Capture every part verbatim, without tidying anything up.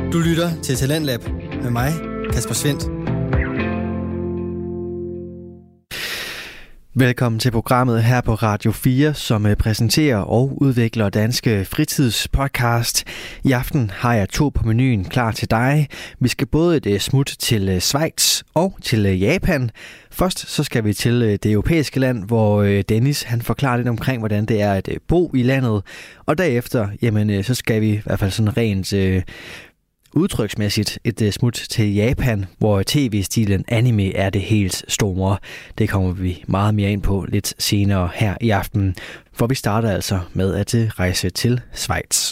Du lytter til Talentlab med mig, Kasper Svendt. Velkommen til programmet her på Radio fire, som præsenterer og udvikler Danske Fritidspodcast. I aften har jeg to på menuen klar til dig. Vi skal både et smut til Schweiz og til Japan. Først så skal vi til det europæiske land, hvor Dennis han forklarer lidt omkring, hvordan det er at bo i landet. Og derefter, jamen, så skal vi i hvert fald sådan rent øh, udtryksmæssigt et smut til Japan, hvor tv-stilen anime er det helt store. Det kommer vi meget mere ind på lidt senere her i aften, for vi starter altså med at rejse til Schweiz.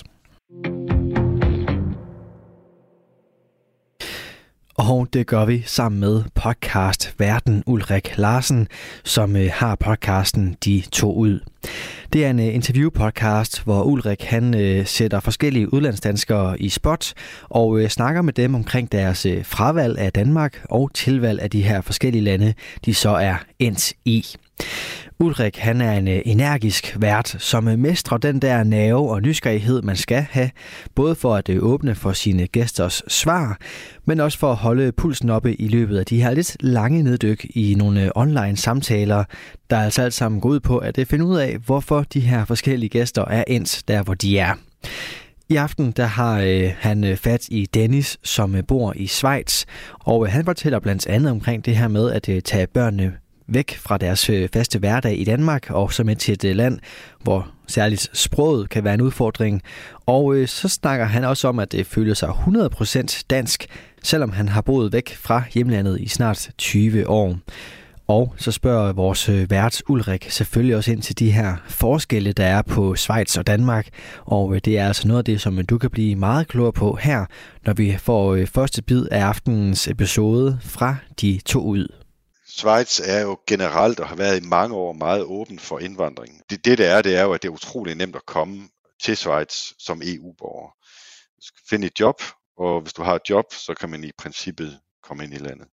Og det gør vi sammen med podcast-værten Ulrik Larsen, som har podcasten De To Ud. Det er en interviewpodcast, hvor Ulrik han sætter forskellige udlandsdanskere i spot og snakker med dem omkring deres fravalg af Danmark og tilvalg af de her forskellige lande, de så er endt i. Ulrik han er en energisk vært, som mestrer den der nerve og nysgerrighed, man skal have, både for at åbne for sine gæsters svar, men også for at holde pulsen oppe i løbet af de her lidt lange neddyk i nogle online samtaler, der altså alt sammen går ud på at finde ud af, hvorfor de her forskellige gæster er endt der, hvor de er. I aften der har øh, han fat i Dennis, som øh, bor i Schweiz, og øh, han fortæller blandt andet omkring det her med at øh, tage børnene væk fra deres faste hverdag i Danmark og så med til et land, hvor særligt sproget kan være en udfordring. Og øh, så snakker han også om, at det føler sig hundrede procent dansk, selvom han har boet væk fra hjemlandet i snart tyve år. Og så spørger vores vært Ulrik selvfølgelig også ind til de her forskelle, der er på Schweiz og Danmark. Og det er altså noget af det, som du kan blive meget klogere på her, når vi får første bid af aftenens episode fra De To Ud. Schweiz er jo generelt og har været i mange år meget åben for indvandring. Det, det, det er, det er jo, at det er utrolig nemt at komme til Schweiz som E U-borger. Du skal finde et job, og hvis du har et job, så kan man i princippet komme ind i landet.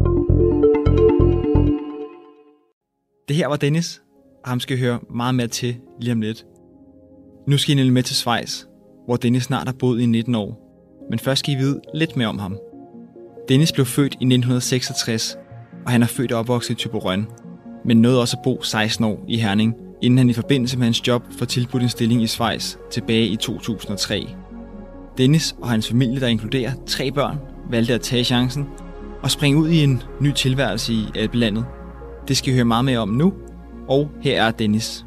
Det her var Dennis, og ham skal høre meget mere til lige om lidt. Nu skal I nemlig med til Schweiz, hvor Dennis snart har boet i nitten år. Men først skal I vide lidt mere om ham. Dennis blev født i nitten seksogtres, og han er født og opvokset i Thyborøn, men nåede også at bo seksten år i Herning, inden han i forbindelse med hans job får tilbudt en stilling i Schweiz tilbage i to tusind og tre. Dennis og hans familie, der inkluderer tre børn, valgte at tage chancen og springe ud i en ny tilværelse i Alpelandet. Det skal I høre meget mere om nu, og her er Dennis.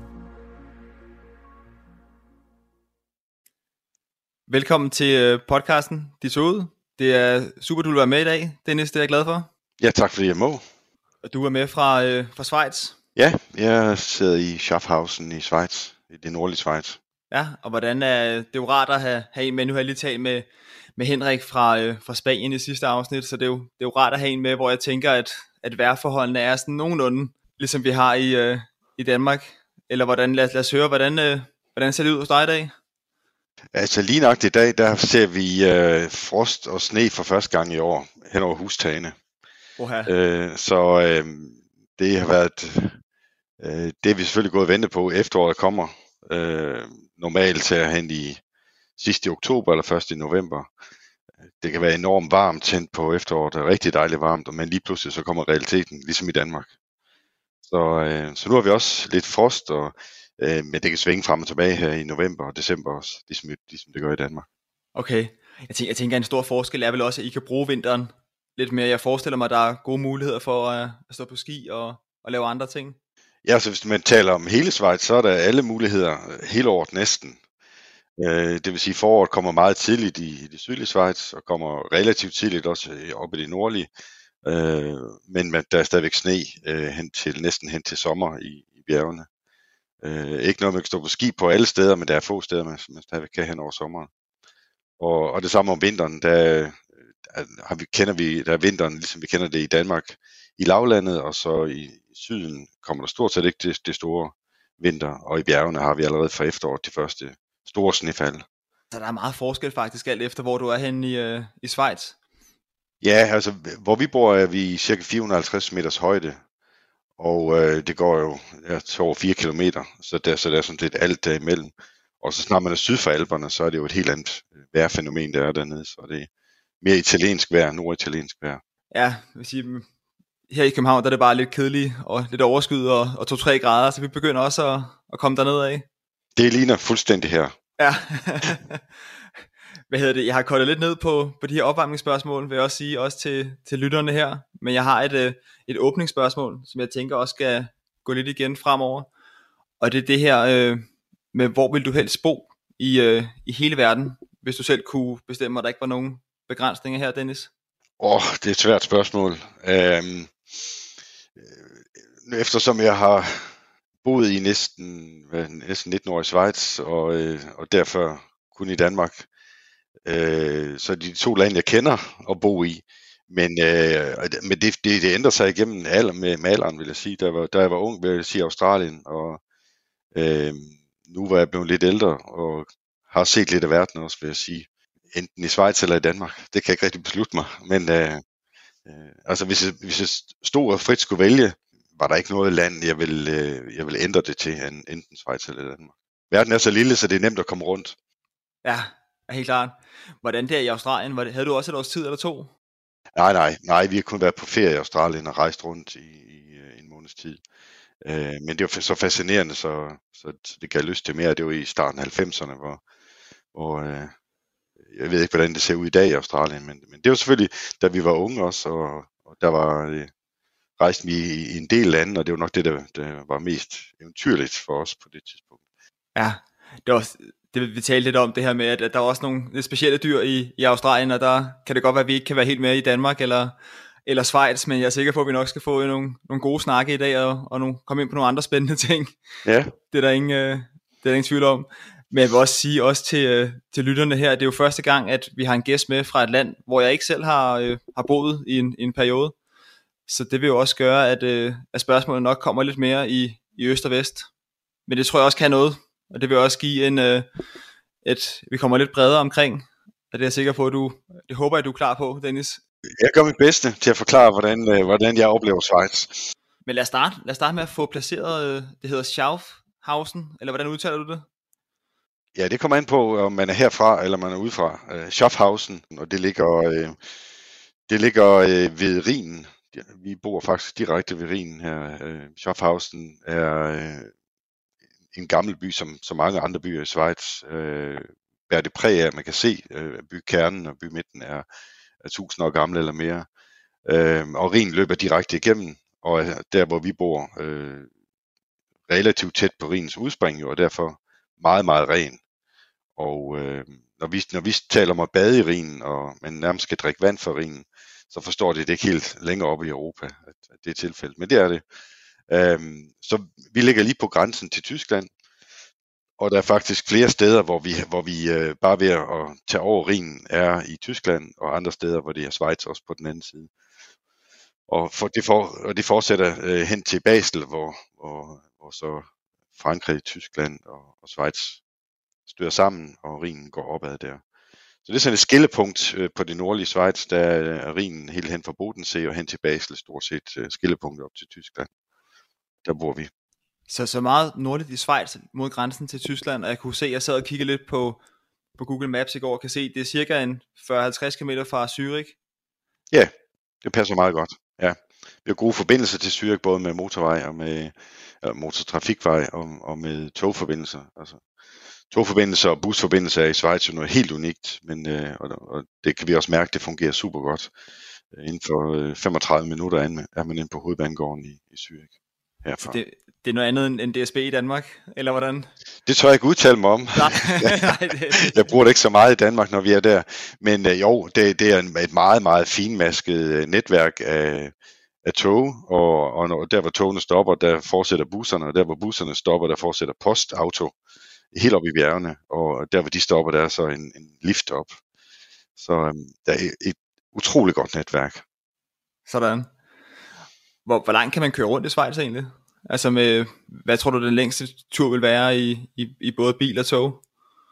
Velkommen til podcasten De To Ud. Det er super, du vil være med i dag, Dennis, det er jeg glad for. Ja, tak fordi jeg må. Og du er med fra, øh, fra Schweiz? Ja, jeg sidder i Schaffhausen i Schweiz, i det nordlige Schweiz. Ja, og hvordan er det er jo rart at have, have en med. Nu har jeg lige talt med, med Henrik fra, øh, fra Spanien i sidste afsnit, så det er, jo, det er jo rart at have en med, hvor jeg tænker, at, at vejrforholdene er sådan nogenlunde, ligesom vi har i, øh, i Danmark. Eller hvordan, lad, lad os høre, hvordan, øh, hvordan ser det ud hos dig i dag? Altså lige nok i dag, der ser vi øh, frost og sne for første gang i år hen over hustagene. Øh, så øh, det har været øh, det er vi selvfølgelig gået og vente på. Efteråret kommer øh, normalt til at hen i sidst i oktober eller først i november. Det kan være enormt varmt tændt på efteråret, det er rigtig dejligt varmt, men lige pludselig så kommer realiteten, ligesom i Danmark. Så, øh, så nu har vi også lidt frost, og, øh, men det kan svinge frem og tilbage her i november og december også, ligesom, ligesom det gør i Danmark. Okay, jeg tænker, jeg tænker en stor forskel er vel også, at I kan bruge vinteren lidt mere. Jeg forestiller mig, at der er gode muligheder for at, at stå på ski og, og lave andre ting. Ja, så hvis man taler om hele Schweiz, så er der alle muligheder hele året næsten. Øh, det vil sige, foråret kommer meget tidligt i, i det sydlige Schweiz, og kommer relativt tidligt også op i det nordlige. Øh, men man, der er stadigvæk sne øh, hen til, næsten hen til sommer i, i bjergene. Øh, ikke noget, man kan stå på ski på alle steder, men der er få steder, man, man stadigvæk kan hen over sommeren. Og, og det samme om vinteren, der har vi, kender vi, der er vinteren, ligesom vi kender det i Danmark, i lavlandet, og så i, i syden kommer der stort set ikke det, det store vinter, og i bjergene har vi allerede fra efteråret de første store snefald. Så der er meget forskel faktisk, alt efter hvor du er henne i, øh, i Schweiz? Ja, altså hvor vi bor er vi cirka fire hundrede og halvtreds meters højde, og øh, det går jo ja, til over fire kilometer, så der, så der er sådan lidt alt derimellem. Og så snart man er syd for Alperne, så er det jo et helt andet vejrfænomen, der er dernede, så det, mere italiensk vejr, norditaliensk vejr. Ja, jeg vil sige, her i København, der er det bare lidt kedeligt og lidt overskyet og, og to til tre grader, så vi begynder også at, at komme derned af. Det ligner fuldstændig her. Ja. Hvad hedder det? Jeg har kortet lidt ned på, på de her opvarmningsspørgsmål, vil jeg også sige, også til, til lytterne her. Men jeg har et, et åbningsspørgsmål, som jeg tænker også skal gå lidt igen fremover. Og det er det her øh, med, hvor vil du helst bo i, øh, i hele verden, hvis du selv kunne bestemme, at der ikke var nogen begrænsninger her, Dennis? Åh, oh, det er et svært spørgsmål. Øhm, eftersom jeg har boet i næsten, næsten nitten år i Schweiz, og, øh, og derfor kun i Danmark, øh, så de to lande, jeg kender at bo i. Men, øh, men det, det, det ændrer sig igennem alder, med, med alderen, vil jeg sige. Da, var, da jeg var ung, vil jeg sige Australien, og øh, nu var jeg blevet lidt ældre, og har set lidt af verden også, vil jeg sige. Enten i Schweiz eller i Danmark. Det kan jeg ikke rigtig beslutte mig. Men øh, øh, altså, hvis jeg, hvis jeg stod og frit skulle vælge, var der ikke noget land, jeg vil, øh, jeg vil ændre det til, enten Schweiz eller Danmark. Verden er så lille, så det er nemt at komme rundt. Ja, helt klart. Hvordan der i Australien? Var det, havde du også et års tid eller to? Nej, nej, nej. Vi har kun været på ferie i Australien og rejst rundt i, i, i en måneds tid. Øh, men det var så fascinerende, så, så det gav lyst til mere. Det var i starten af halvfemserne, hvor, hvor øh, jeg ved ikke, hvordan det ser ud i dag i Australien, men, men det var selvfølgelig, da vi var unge også, og, og der var øh, rejst vi i, i en del lande, og det var nok det, der, der var mest eventyrligt for os på det tidspunkt. Ja, det var det, vi talte lidt om, det her med, at, at der er også nogle lidt specielle dyr i, i Australien, og der kan det godt være, at vi ikke kan være helt med i Danmark eller, eller Schweiz, men jeg er sikker på, at vi nok skal få nogle, nogle gode snakke i dag, og, og nogle, komme ind på nogle andre spændende ting. Ja. Det er der ingen, øh, det er der ingen tvivl om. Men jeg vil også sige også til, øh, til lytterne her, det er jo første gang, at vi har en gæst med fra et land, hvor jeg ikke selv har, øh, har boet i en, i en periode. Så det vil jo også gøre, at, øh, at spørgsmålet nok kommer lidt mere i, i øst og vest. Men det tror jeg også kan noget, og det vil også give en, øh, et, vi kommer lidt bredere omkring, og det er jeg sikker på, at du, det håber jeg, du er klar på, Dennis. Jeg gør mit bedste til at forklare, hvordan, øh, hvordan jeg oplever Schweiz. Men lad os starte, lad os starte med at få placeret, øh, det hedder Schaffhausen, eller hvordan udtaler du det? Ja, det kommer an på, om man er herfra, eller man er udefra. Uh, Schaffhausen, og det ligger, øh, det ligger øh, ved Rhinen. Vi bor faktisk direkte ved Rhinen her. Uh, Schaffhausen er øh, en gammel by, som så mange andre byer i Schweiz uh, bærer det præg af, at man kan se, uh, at bykernen og bymidten er, er tusind år gammel eller mere. Uh, og Rhinen løber direkte igennem, og der hvor vi bor, uh, relativt tæt på Rhinens udspring, og derfor meget, meget ren. Og øh, når, vi, når vi taler om at bade i Rhinen, og man nærmest skal drikke vand fra Rhinen, så forstår det, det ikke helt længere oppe i Europa, at, at det er tilfældet. Men det er det. Øhm, så vi ligger lige på grænsen til Tyskland, og der er faktisk flere steder, hvor vi, hvor vi øh, bare ved at tage over Rhinen er i Tyskland, og andre steder, hvor det er Schweiz også på den anden side. Og, for, det, for, og det fortsætter øh, hen til Basel, hvor, hvor, hvor så Frankrig, Tyskland og, og Schweiz støder sammen, og Rhinen går opad der. Så det er sådan et skillepunkt øh, på det nordlige Schweiz, der er Rhinen helt hen fra Bodensee og hen til Basel, stort set øh, skillepunkt op til Tyskland. Der bor vi. Så, så meget nordligt i Schweiz mod grænsen til Tyskland, og jeg kunne se, jeg sad og kiggede lidt på, på Google Maps i går, og kan se, det er cirka en fyrre til halvtreds kilometer fra Zürich. Ja, det passer meget godt. Ja. Vi har gode forbindelser til Zürich, både med motorvej og med eller motortrafikvej og, og med togforbindelser. Altså, togforbindelser og busforbindelser i Schweiz er noget helt unikt, men øh, og, og det kan vi også mærke, det fungerer super godt. Inden for øh, femogtredive minutter er man inde på hovedbanegården i, i Zürich. Herfra. Det, det er noget andet end D S B i Danmark, eller hvordan? Det tør jeg ikke udtale mig om. Nej, nej, det... Jeg bruger det ikke så meget i Danmark, når vi er der. Men øh, jo, det, det er et meget, meget finmasket netværk af, af tog, og, og når, der hvor togene stopper, der fortsætter busserne, og der hvor busserne stopper, der fortsætter postauto helt op i bjergene, og der hvor de stopper, der er så en, en lift op. Så øhm, der er et utroligt godt netværk. Sådan. Hvor, hvor langt kan man køre rundt i Schweiz egentlig? Altså med, hvad tror du den længste tur vil være i, i, i både bil og tog?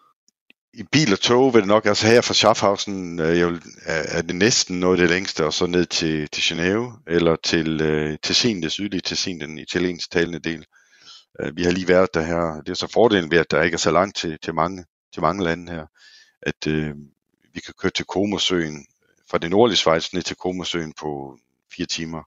I bil og tog vil det nok, altså her fra Schaffhausen øh, jeg vil, er, er det næsten noget af det længste, og så ned til, til Genève, eller til øh, Tessin, det sydlige Tessin, den italiensk talende del. Uh, vi har lige været der her. Det er så fordelen ved, at der ikke er så langt til, til, mange, til mange lande her, at øh, vi kan køre til Comosøen fra det nordlige Schweiz ned til Comosøen på fire timer.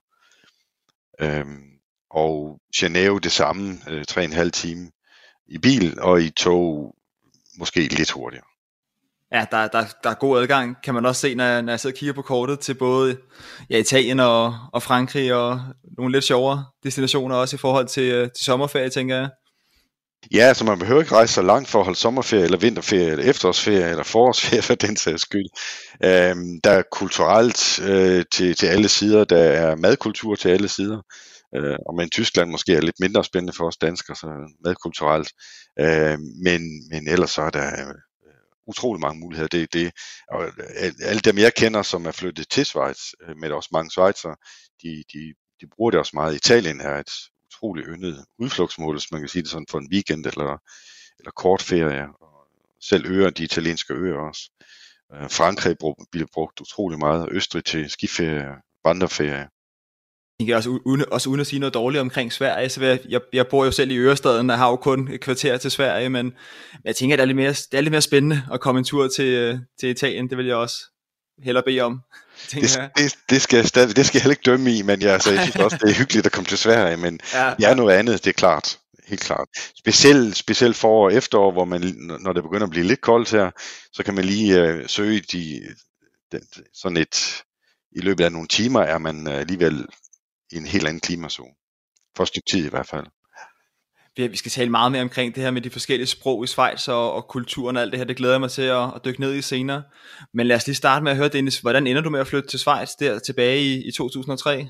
Øhm, og Genève det samme, øh, tre og en halv time i bil, og i tog måske lidt hurtigere. Ja, der, der, der er god adgang, kan man også se, når jeg, når jeg sidder og kigger på kortet, til både ja, Italien og, og Frankrig, og nogle lidt sjovere destinationer også i forhold til, til sommerferie, tænker jeg. Ja, så man behøver ikke rejse så langt for at holde sommerferie, eller vinterferie, eller efterårsferie, eller forårsferie for den sags skyld. Øhm, der er kulturelt øh, til, til alle sider, der er madkultur til alle sider. Øh, og men Tyskland måske er lidt mindre spændende for os danskere, så madkulturelt. Øh, men, men ellers så er der øh, utrolig mange muligheder. Det, det, og alle dem jeg kender, som er flyttet til Schweiz, øh, med også mange schweizer, de, de, de bruger det også meget. Italien er et utrolig yndet udflugtsmål, hvis man kan sige det sådan, for en weekend eller, eller kort ferie. Og selv øer, de italienske øer også. Øh, Frankrig brug, bliver brugt utrolig meget. Østrig til skiferie, vandreferie. Jeg kan også, uden, også uden at sige noget dårligt omkring Sverige, så jeg, jeg, jeg bor jo selv i Ørestaden, og har jo kun et kvarter til Sverige, men, men jeg tænker, at det er lidt mere, det er lidt mere spændende at komme en tur til, til Italien. Det vil jeg også hellere bede om. Det, det, det, skal jeg stadig, det skal jeg heller ikke dømme i, men jeg, altså, jeg synes også, det er hyggeligt at komme til Sverige, men ja, det er noget andet, det er klart. Helt klart. Specielt, specielt forår og efterår, hvor man, når det begynder at blive lidt koldt her, så kan man lige øh, søge de, den, sådan et, i løbet af nogle timer er man alligevel i en helt anden klimazone. For et stykke tid i hvert fald. Vi skal tale meget mere omkring det her med de forskellige sprog i Schweiz og, og kulturen og alt det her. Det glæder jeg mig til at, at dykke ned i senere. Men lad os lige starte med at høre, Dennis, hvordan ender du med at flytte til Schweiz der tilbage i, i to tusind og tre?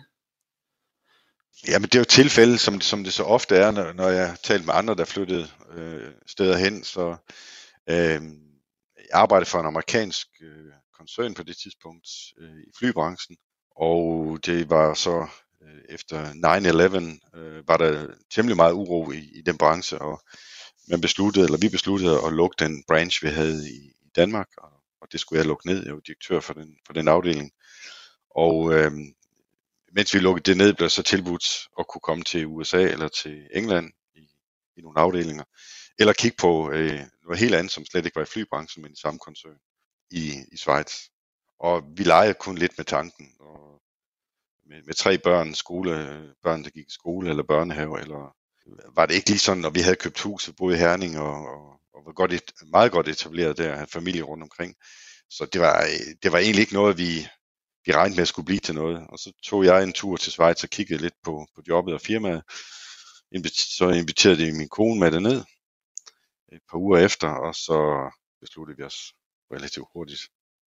Jamen det er jo et tilfælde, som, som det så ofte er, når, når jeg talte med andre, der flyttede øh, steder hen. Så øh, jeg arbejdede for en amerikansk øh, koncern på det tidspunkt øh, i flybranchen. Og det var så øh, efter nine eleven øh, var der temmelig meget uro i, i den branche, og man besluttede, eller vi besluttede at lukke den branch, vi havde i, i Danmark, og, og det skulle jeg lukke ned. Jeg var direktør for den, for den afdeling. Og øh, mens vi lukkede det ned, blev så tilbudt at kunne komme til U S A eller til England i, i nogle afdelinger, eller kigge på øh, noget helt andet, som slet ikke var i flybranchen, men i samme koncern i, i Schweiz. Og vi legede kun lidt med tanken, og med, med tre børn, skole, børn der gik i skole eller børnehave, eller var det ikke lige sådan, når vi havde købt hus og boede i Herning, og, og, og var godt et, meget godt etableret der, havde familie rundt omkring. Så det var, det var egentlig ikke noget, vi, vi regnede med at skulle blive til noget. Og så tog jeg en tur til Schweiz og kiggede lidt på, på jobbet og firmaet. Så inviterede jeg min kone med derned et par uger efter, og så besluttede vi os relativt hurtigt.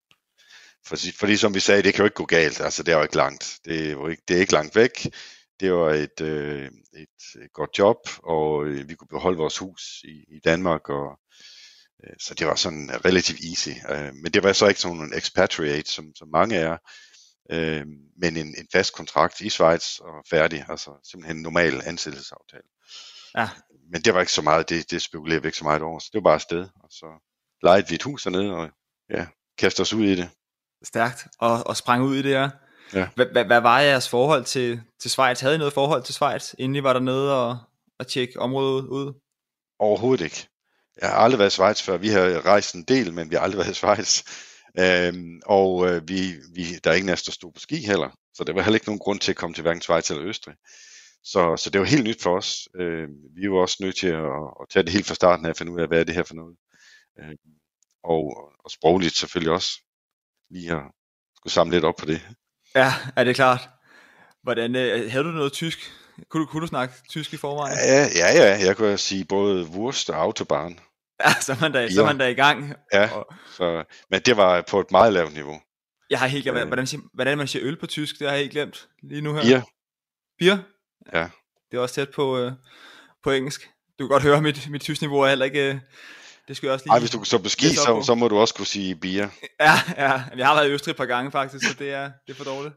Fordi, fordi som vi sagde, det kan jo ikke gå galt. Altså det er jo ikke langt. Det er jo ikke, det er ikke langt væk. Det var et, øh, et godt job, og øh, vi kunne beholde vores hus i, i Danmark, og øh, så det var sådan relativt easy. Øh, men det var så ikke sådan en expatriate, som, som mange er, øh, men en, en fast kontrakt i Schweiz og færdig, altså simpelthen en normal ansættelsesaftale. Ja. Men det var ikke så meget, det, det spekulerede vi ikke så meget over, så det var bare afsted, og så lejede vi et hus dernede, og ja, kastede os ud i det. Stærkt, og, og sprang ud i det her. Ja. Hvad var jeres forhold til, til Schweiz? Havde I noget forhold til Schweiz, inden I var dernede og, og tjekke området ud? Overhovedet ikke. Jeg har aldrig været i Schweiz før. Vi har rejst en del, men vi har aldrig været i Schweiz. Øhm, og øh, vi, vi, der er ingen af os, der stod på ski heller. Så der var heller ikke nogen grund til at komme til hverken Schweiz eller Østrig. Så, så det var helt nyt for os. Øh, vi var også nødt til at, at tage det helt fra starten af at finde ud af, hvad er det her for noget. Øh, og, og sprogligt selvfølgelig også. Lige at skulle samle lidt op på det. Ja, er det klart. Hvordan, øh, havde du noget tysk? Kunne du, kunne du snakke tysk i forvejen? Ja, ja, ja. Jeg kunne sige både Wurst og Autobahn. Ja, så er man da, ja. så er man da i gang. Ja, og... så, men det var på et meget lavt niveau. Jeg har helt glemt, øh... hvordan, hvordan man siger øl på tysk, det har jeg helt glemt lige nu her. Bier. Bier? Ja. Det er også tæt på, øh, på engelsk. Du kan godt høre, mit, mit tysk niveau er heller ikke... Øh... Det skal jeg også lige... Ej, hvis du kunne stå på ski, så, så må du også kunne sige bier. Ja, ja. Jeg har været i Østrig et par gange faktisk, så det er, det er for dårligt.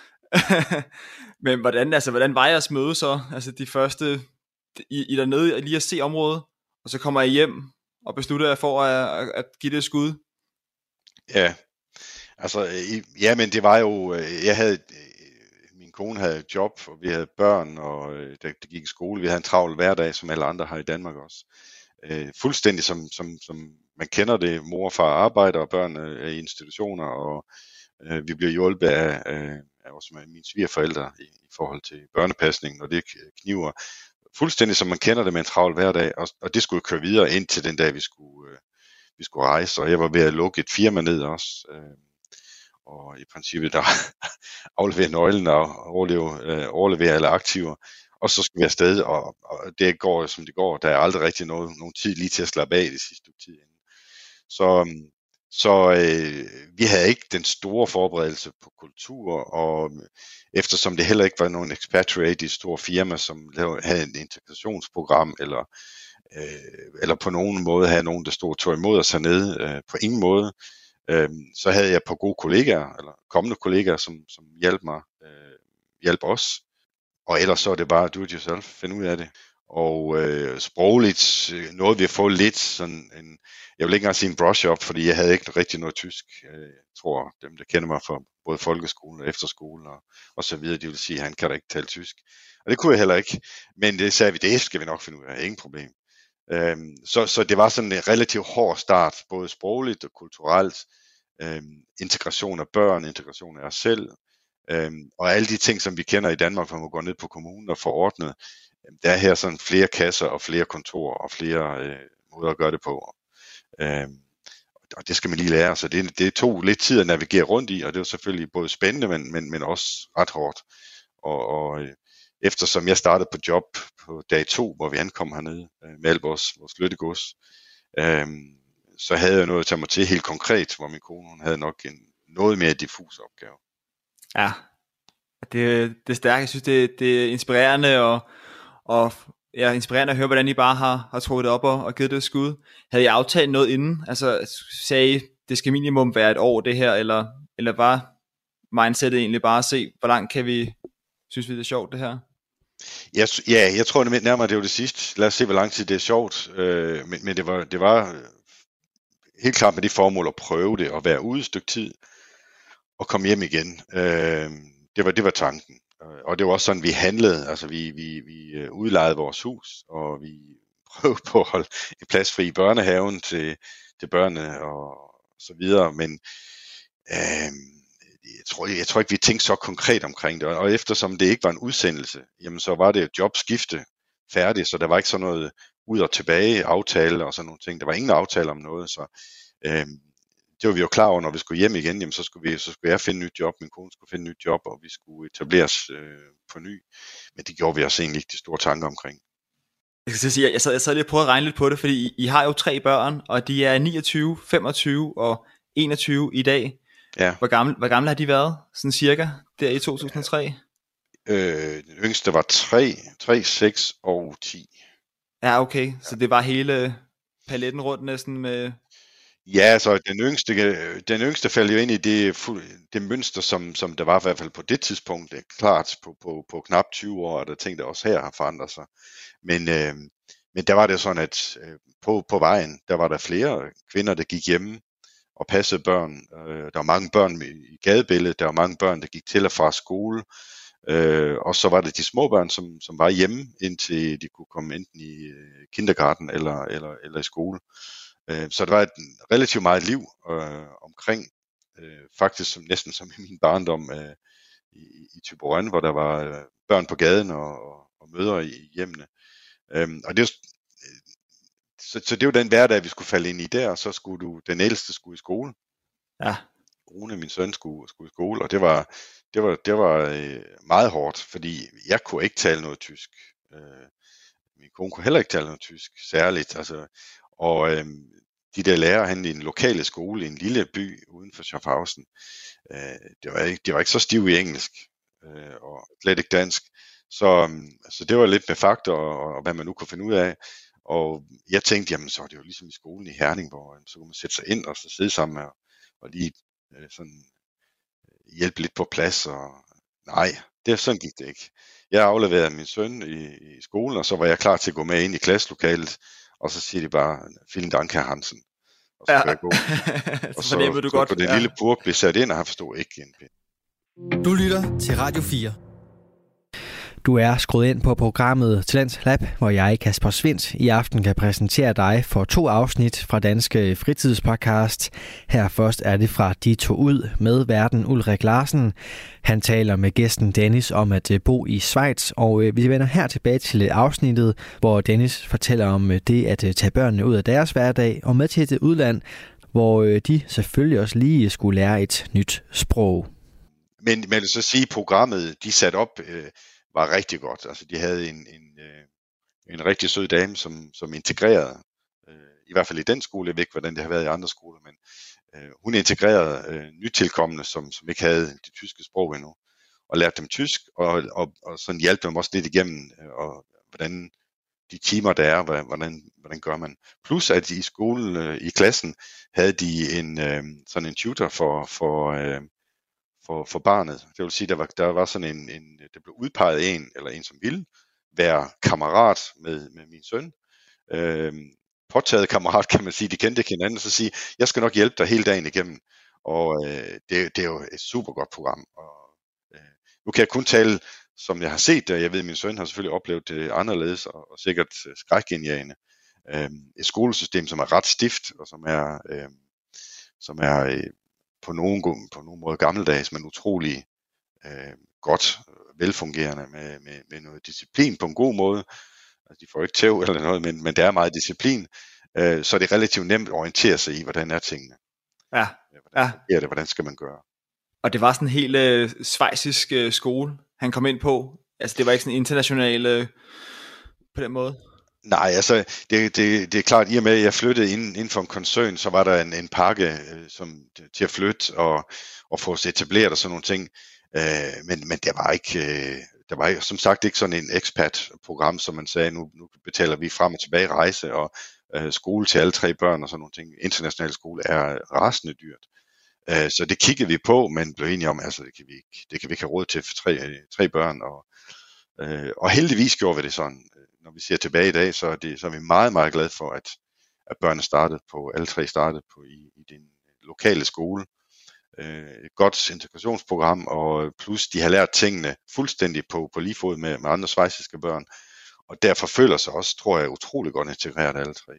Men hvordan, altså, hvordan var jeres møde så? Altså de første, I, I dernede lige at se området, og så kommer I hjem og beslutter jer for at, at give det et skud? Ja, altså, ja, men det var jo, jeg havde, min kone havde et job, og vi havde børn, og der, der gik i skole. Vi havde en travl hverdag, som alle andre har i Danmark også. Uh, fuldstændig som, som, som man kender det, mor og far arbejder, og børn er i institutioner, og Øh, vi bliver hjulpet af, af, af også med mine svigerforældre i, i forhold til børnepasning, når det kniver. Fuldstændig som man kender det med en travl hverdag, og, og det skulle køre videre ind til den dag, vi skulle, øh, vi skulle rejse, og jeg var ved at lukke et firma ned også, øh, og i princippet der aflevere nøglen og overleve, øh, overlevere alle aktiver, og så skulle vi afsted, og, og det går som det går. Der er aldrig rigtig noget, nogen tid lige til at slappe af det sidste tid inden. Så, så øh, vi havde ikke den store forberedelse på kultur, og eftersom det heller ikke var nogen expatriate i et stort firma, som havde et integrationsprogram, eller, øh, eller på nogen måde havde nogen, der stod og tog imod os hernede, øh, på ingen måde, øh, så havde jeg et par gode kollegaer, eller kommende kollegaer, som, som hjalp mig, øh, hjalp os. Og ellers så er det bare do it yourself, finde ud af det. Og øh, sprogligt øh, nåede vi at få lidt sådan en, jeg vil ikke engang sige en brush up, fordi jeg havde ikke rigtig noget tysk. Jeg tror, dem der kender mig fra både folkeskolen og efterskolen og, og så videre, de vil sige, at han kan da ikke tale tysk. Og det kunne jeg heller ikke, men det sagde vi, det skal vi nok finde ud af, ingen problem. Øhm, så, så det var sådan en relativt hård start, både sprogligt og kulturelt, øhm, integration af børn, integration af os selv, øhm, og alle de ting, som vi kender i Danmark, hvor man går ned på kommunen og får ordnet. Der er her sådan flere kasser og flere kontorer og flere øh, måder at gøre det på. Øhm, og det skal man lige lære, så det, det tog lidt tid at navigere rundt i, og det var selvfølgelig både spændende, men, men, men også ret hårdt. Og, og øh, eftersom jeg startede på job på dag to, hvor vi ankom hernede øh, med alt vores, vores flyttegods, øh, så havde jeg noget at tage mig til helt konkret, hvor min kone hun havde nok en noget mere diffus opgave. Ja, det, det er stærkt. Jeg synes, det, det er inspirerende, og, og ja, inspirerende at høre, hvordan I bare har, har trukket det op og, og givet det et skud. Havde I aftalt noget inden? Altså sagde I, det skal minimum være et år det her, eller, eller var mindsetet egentlig bare at se, hvor langt kan vi, synes vi det er sjovt det her? Jeg, ja, jeg tror det nærmere det var det sidste. Lad os se, hvor lang tid det er sjovt. Øh, men men det, var, det var helt klart med det formål at prøve det, og være ude et stykke tid, og komme hjem igen. Øh, det, var, det var tanken. Og det var også sådan, vi handlede. Altså vi, vi, vi udlejede vores hus, og vi prøvede på at holde en plads fri i børnehaven til, til børnene og så videre. Men øh, jeg, tror, jeg tror ikke, vi tænkte så konkret omkring det. Og eftersom det ikke var en udsendelse, jamen så var det et jobskifte færdigt, så der var ikke sådan noget ud og tilbage aftale og sådan nogle ting. Der var ingen aftale om noget, så øh, det var vi jo klar over, når vi skulle hjem igen, jamen så skulle, vi, så skulle jeg finde et nyt job, min kone skulle finde et nyt job, og vi skulle etableres øh, på ny. Men det gjorde vi også egentlig ikke de store tanker omkring. Jeg skal sige, jeg sad, jeg sad lige og prøvede at regne lidt på det, fordi I, I har jo tre børn, og de er niogtyve, femogtyve og enogtyve i dag. Ja. Hvor gamle, hvor gamle har de været, sådan cirka, der i to tusind og tre? Øh, den yngste var tre, tre, seks og ti. Ja, okay, så det var hele paletten rundt næsten med... Ja, så den yngste, den yngste faldt jo ind i det, det mønster, som, som der var i hvert fald på det tidspunkt. Det er klart på, på, på knap tyve år, og der ting, der også her har forandret sig. Men, øh, men der var det sådan, at øh, på, på vejen, der var der flere kvinder, der gik hjemme og passede børn. Øh, der var mange børn i gadebilledet, der var mange børn, der gik til og fra skole. Øh, og så var det de små børn, som, som var hjemme, indtil de kunne komme enten i øh, kindergarten eller, eller, eller i skole. Så der var et relativt meget liv øh, omkring, øh, faktisk som, næsten som i min barndom øh, i, i Thyborøn, hvor der var øh, børn på gaden og, og, og mødre i hjemmene. Øhm, og det var, så, så det var den hverdag, vi skulle falde ind i der, og så skulle du, den ældste skulle i skole. Ja. Rune, min søn, skulle, skulle i skole, og det var, det var, det var øh, meget hårdt, fordi jeg kunne ikke tale noget tysk. Øh, min kone kunne heller ikke tale noget tysk, særligt, altså. Og øh, de der lærere hen i en lokale skole i en lille by uden for Schaffhausen, øh, det, var ikke, det var ikke så stiv i engelsk, øh, og slet ikke dansk. Så, så det var lidt med fakta og, og hvad man nu kunne finde ud af. Og jeg tænkte, jamen så er det jo ligesom i skolen i Herning, hvor så kunne man sætte sig ind og så sidde sammen og, og lige øh, sådan hjælpe lidt på plads. Og nej, det sådan gik det ikke. Jeg afleverede min søn i, i skolen, og så var jeg klar til at gå med ind i klasselokalet. Og så siger de bare, vielen Dank, Herr Hansen. Og så ja. jeg gå. Og så, så, du så godt. På den ja. lille purk blev sat ind, og han forstod ikke en pind. Du lytter til Radio fire. Du er skruet ind på programmet Talent Lab, hvor jeg, Kasper Svindt, i aften kan præsentere dig for to afsnit fra Danske Fritidspodcast. Her først er det fra De To Ud med værten Ulrik Larsen. Han taler med gæsten Dennis om at bo i Schweiz, og vi vender her tilbage til afsnittet, hvor Dennis fortæller om det at tage børnene ud af deres hverdag og med til et udland, hvor de selvfølgelig også lige skulle lære et nyt sprog. Men man vil så sige, at programmet, de satte op, øh, var rigtig godt. Altså, de havde en, en, øh, en rigtig sød dame, som, som integrerede, øh, i hvert fald i den skole, jeg ved ikke, hvordan det har været i andre skoler, men øh, hun integrerede øh, nytilkommende, som, som ikke havde det tyske sprog endnu, og lærte dem tysk, og, og, og sådan hjalp dem også lidt igennem, øh, og hvordan de timer, der er, hvordan, hvordan gør man. Plus, at i skolen, øh, i klassen, havde de en øh, sådan en tutor for, for øh, For, for barnet. Det vil sige, der var, der var sådan en, en, der blev udpeget en, eller en som ville være kammerat med, med min søn. Øhm, påtaget kammerat, kan man sige, de kendte ikke hinanden, og så sige, jeg skal nok hjælpe dig hele dagen igennem. Og øh, det, det er jo et super godt program. Og, øh, nu kan jeg kun tale, som jeg har set det, jeg ved, at min søn har selvfølgelig oplevet det anderledes, og, og sikkert skrækindjagende. Øhm, et skolesystem, som er ret stift, og som er, øh, som er øh, på nogen, på nogen måde gammeldags, men utrolig øh, godt, velfungerende med, med, med noget disciplin på en god måde. Altså, de får ikke tæv eller noget, men, men der er meget disciplin, øh, så det er relativt nemt at orientere sig i, hvordan er tingene. Ja, hvordan, ja. Er det, hvordan skal man gøre? Og det var sådan en helt øh, schweizisk øh, skole, han kom ind på. Altså det var ikke sådan international øh, på den måde. Nej, altså det, det, det er klart, i og med at jeg flyttede ind, inden for en koncern, så var der en, en pakke øh, som, til at flytte og, og få os etableret og sådan nogle ting. Øh, men, men der var ikke, øh, der var som sagt ikke sådan en expat-program, som man sagde, nu, nu betaler vi frem og tilbage rejse og øh, skole til alle tre børn og sådan nogle ting. International skole er rasende dyrt. Øh, så det kiggede vi på, men blev enige om, altså det kan vi ikke, det kan vi ikke have råd til for tre, tre børn. Og, øh, og heldigvis gjorde vi det sådan. Når vi ser tilbage i dag, så er, det, så er vi meget, meget glade for, at, at børnene startede på, alle tre startede på i, i den lokale skole. Øh, et godt integrationsprogram, og plus de har lært tingene fuldstændig på, på lige fod med, med andre schweiziske børn, og derfor føler sig også, tror jeg, utrolig godt integreret alle tre.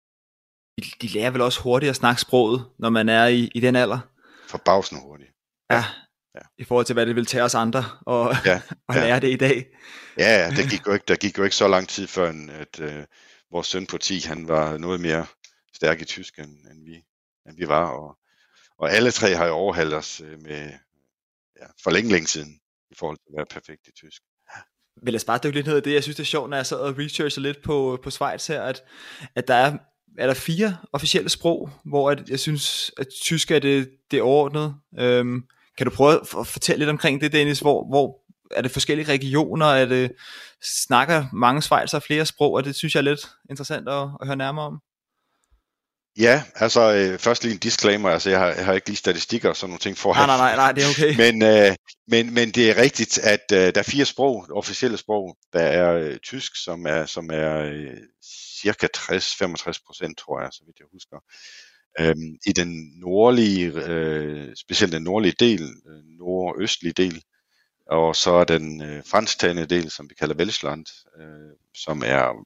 De, de lærer vel også hurtigt at snakke sproget, når man er i, i den alder? Forbavsende hurtigt. Ja. Ja. I forhold til hvad det vil tage os andre og, ja, og lære ja. det i dag. Ja, der gik jo ikke, der gik jo ikke så lang tid før, at øh, vores søn på ti, han var noget mere stærk i tysk, end, end, vi, end vi var. Og, og alle tre har jo overhalet os øh, med ja, for længe, længe siden, i forhold til at være perfekt i tysk. Vil jeg bare dykke lidt ned i det? Jeg synes, det er sjovt, når jeg sad og researchede lidt på, på Schweiz her, at, at der er, er der fire officielle sprog, hvor at, jeg synes, at tysk er det, det overordnede. Øhm, Kan du prøve at fortælle lidt omkring det, Dennis? Hvor, hvor er det forskellige regioner? Er det, snakker mange schweizere flere sprog? Og det synes jeg er lidt interessant at, at høre nærmere om. Ja, altså øh, først lige en disclaimer. Altså jeg har, jeg har ikke lige statistikker og sådan nogle ting for. Nej, nej, nej, nej, det er okay. men, øh, men, men det er rigtigt, at øh, der er fire sprog, officielle sprog. Der er øh, tysk, som er, som er øh, cirka tres til femogtres procent, tror jeg, så vidt jeg husker. Øhm, I den nordlige, øh, specielt den nordlige del, øh, nordøstlige del, og så er den øh, fransktalende del, som vi kalder Welschland, øh, som er,